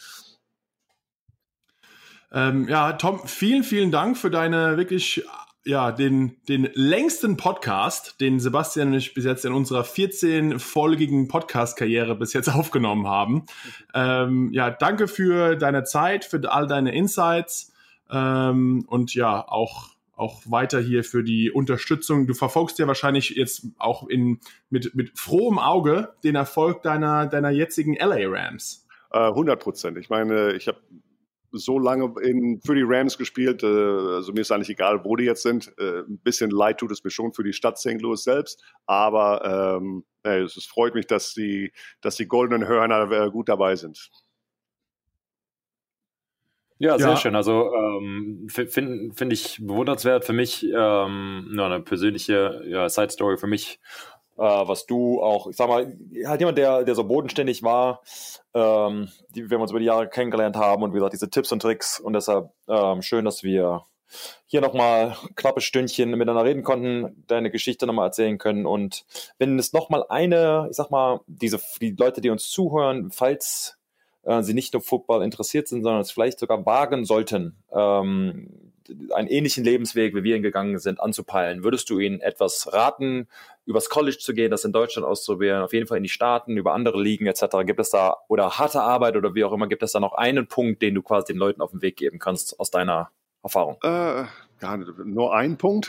Tom, vielen, vielen Dank für deine wirklich, den längsten Podcast, den Sebastian und ich bis jetzt in unserer 14-folgigen Podcast-Karriere bis jetzt aufgenommen haben. Danke für deine Zeit, für all deine Insights und ja, auch weiter hier für die Unterstützung. Du verfolgst ja wahrscheinlich jetzt auch mit frohem Auge den Erfolg deiner jetzigen LA Rams. 100%. Ich meine, ich habe so lange für die Rams gespielt, also mir ist eigentlich egal, wo die jetzt sind. Ein bisschen leid tut es mir schon für die Stadt St. Louis selbst, aber es freut mich, dass die goldenen Hörner gut dabei sind. Ja, sehr schön. Also finde ich bewundernswert. Für mich eine persönliche Side-Story für mich, was du auch, ich sag mal, halt jemand, der so bodenständig war, die wir uns über die Jahre kennengelernt haben und wie gesagt, diese Tipps und Tricks, und deshalb schön, dass wir hier nochmal ein knappes Stündchen miteinander reden konnten, deine Geschichte nochmal erzählen können, und wenn es nochmal die Leute, die uns zuhören, falls sie nicht nur Football interessiert sind, sondern es vielleicht sogar wagen sollten, einen ähnlichen Lebensweg, wie wir ihn gegangen sind, anzupeilen. Würdest du ihnen etwas raten, übers College zu gehen, das in Deutschland auszuprobieren, auf jeden Fall in die Staaten, über andere Ligen etc.? Gibt es da, oder harte Arbeit oder wie auch immer, gibt es da noch einen Punkt, den du quasi den Leuten auf den Weg geben kannst aus deiner Erfahrung? Gar nicht, nur ein Punkt.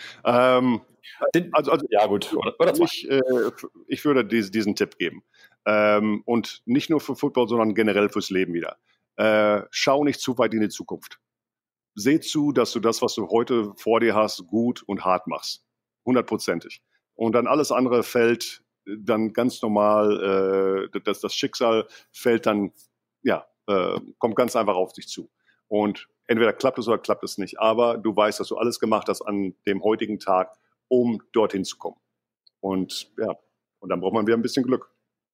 Ja gut, oder ich würde diesen Tipp geben. Und nicht nur für Football, sondern generell fürs Leben wieder. Schau nicht zu weit in die Zukunft. Seh zu, dass du das, was du heute vor dir hast, gut und hart machst. 100%. Und dann alles andere fällt dann ganz normal, das Schicksal fällt dann, kommt ganz einfach auf dich zu. Und entweder klappt es oder klappt es nicht. Aber du weißt, dass du alles gemacht hast an dem heutigen Tag, um dorthin zu kommen. Und und dann braucht man wieder ein bisschen Glück.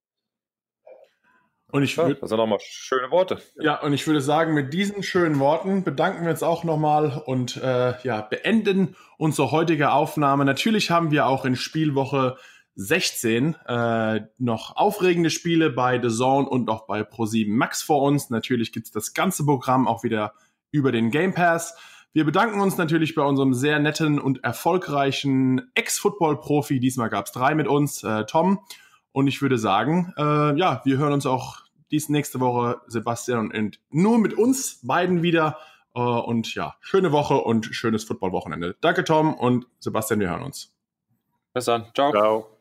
Und das sind nochmal schöne Worte. Ja, und ich würde sagen, mit diesen schönen Worten bedanken wir uns auch nochmal und beenden unsere heutige Aufnahme. Natürlich haben wir auch in Spielwoche 16 noch aufregende Spiele bei DAZN und auch bei Pro7 Max vor uns. Natürlich gibt es das ganze Programm auch wieder über den Game Pass. Wir bedanken uns natürlich bei unserem sehr netten und erfolgreichen Ex-Football-Profi. Diesmal gab es 3 mit uns, Tom. Und ich würde sagen, wir hören uns auch nächste Woche, Sebastian, und nur mit uns beiden wieder. Und ja, schöne Woche und schönes Football-Wochenende. Danke, Tom und Sebastian, wir hören uns. Bis dann. Ciao. Ciao.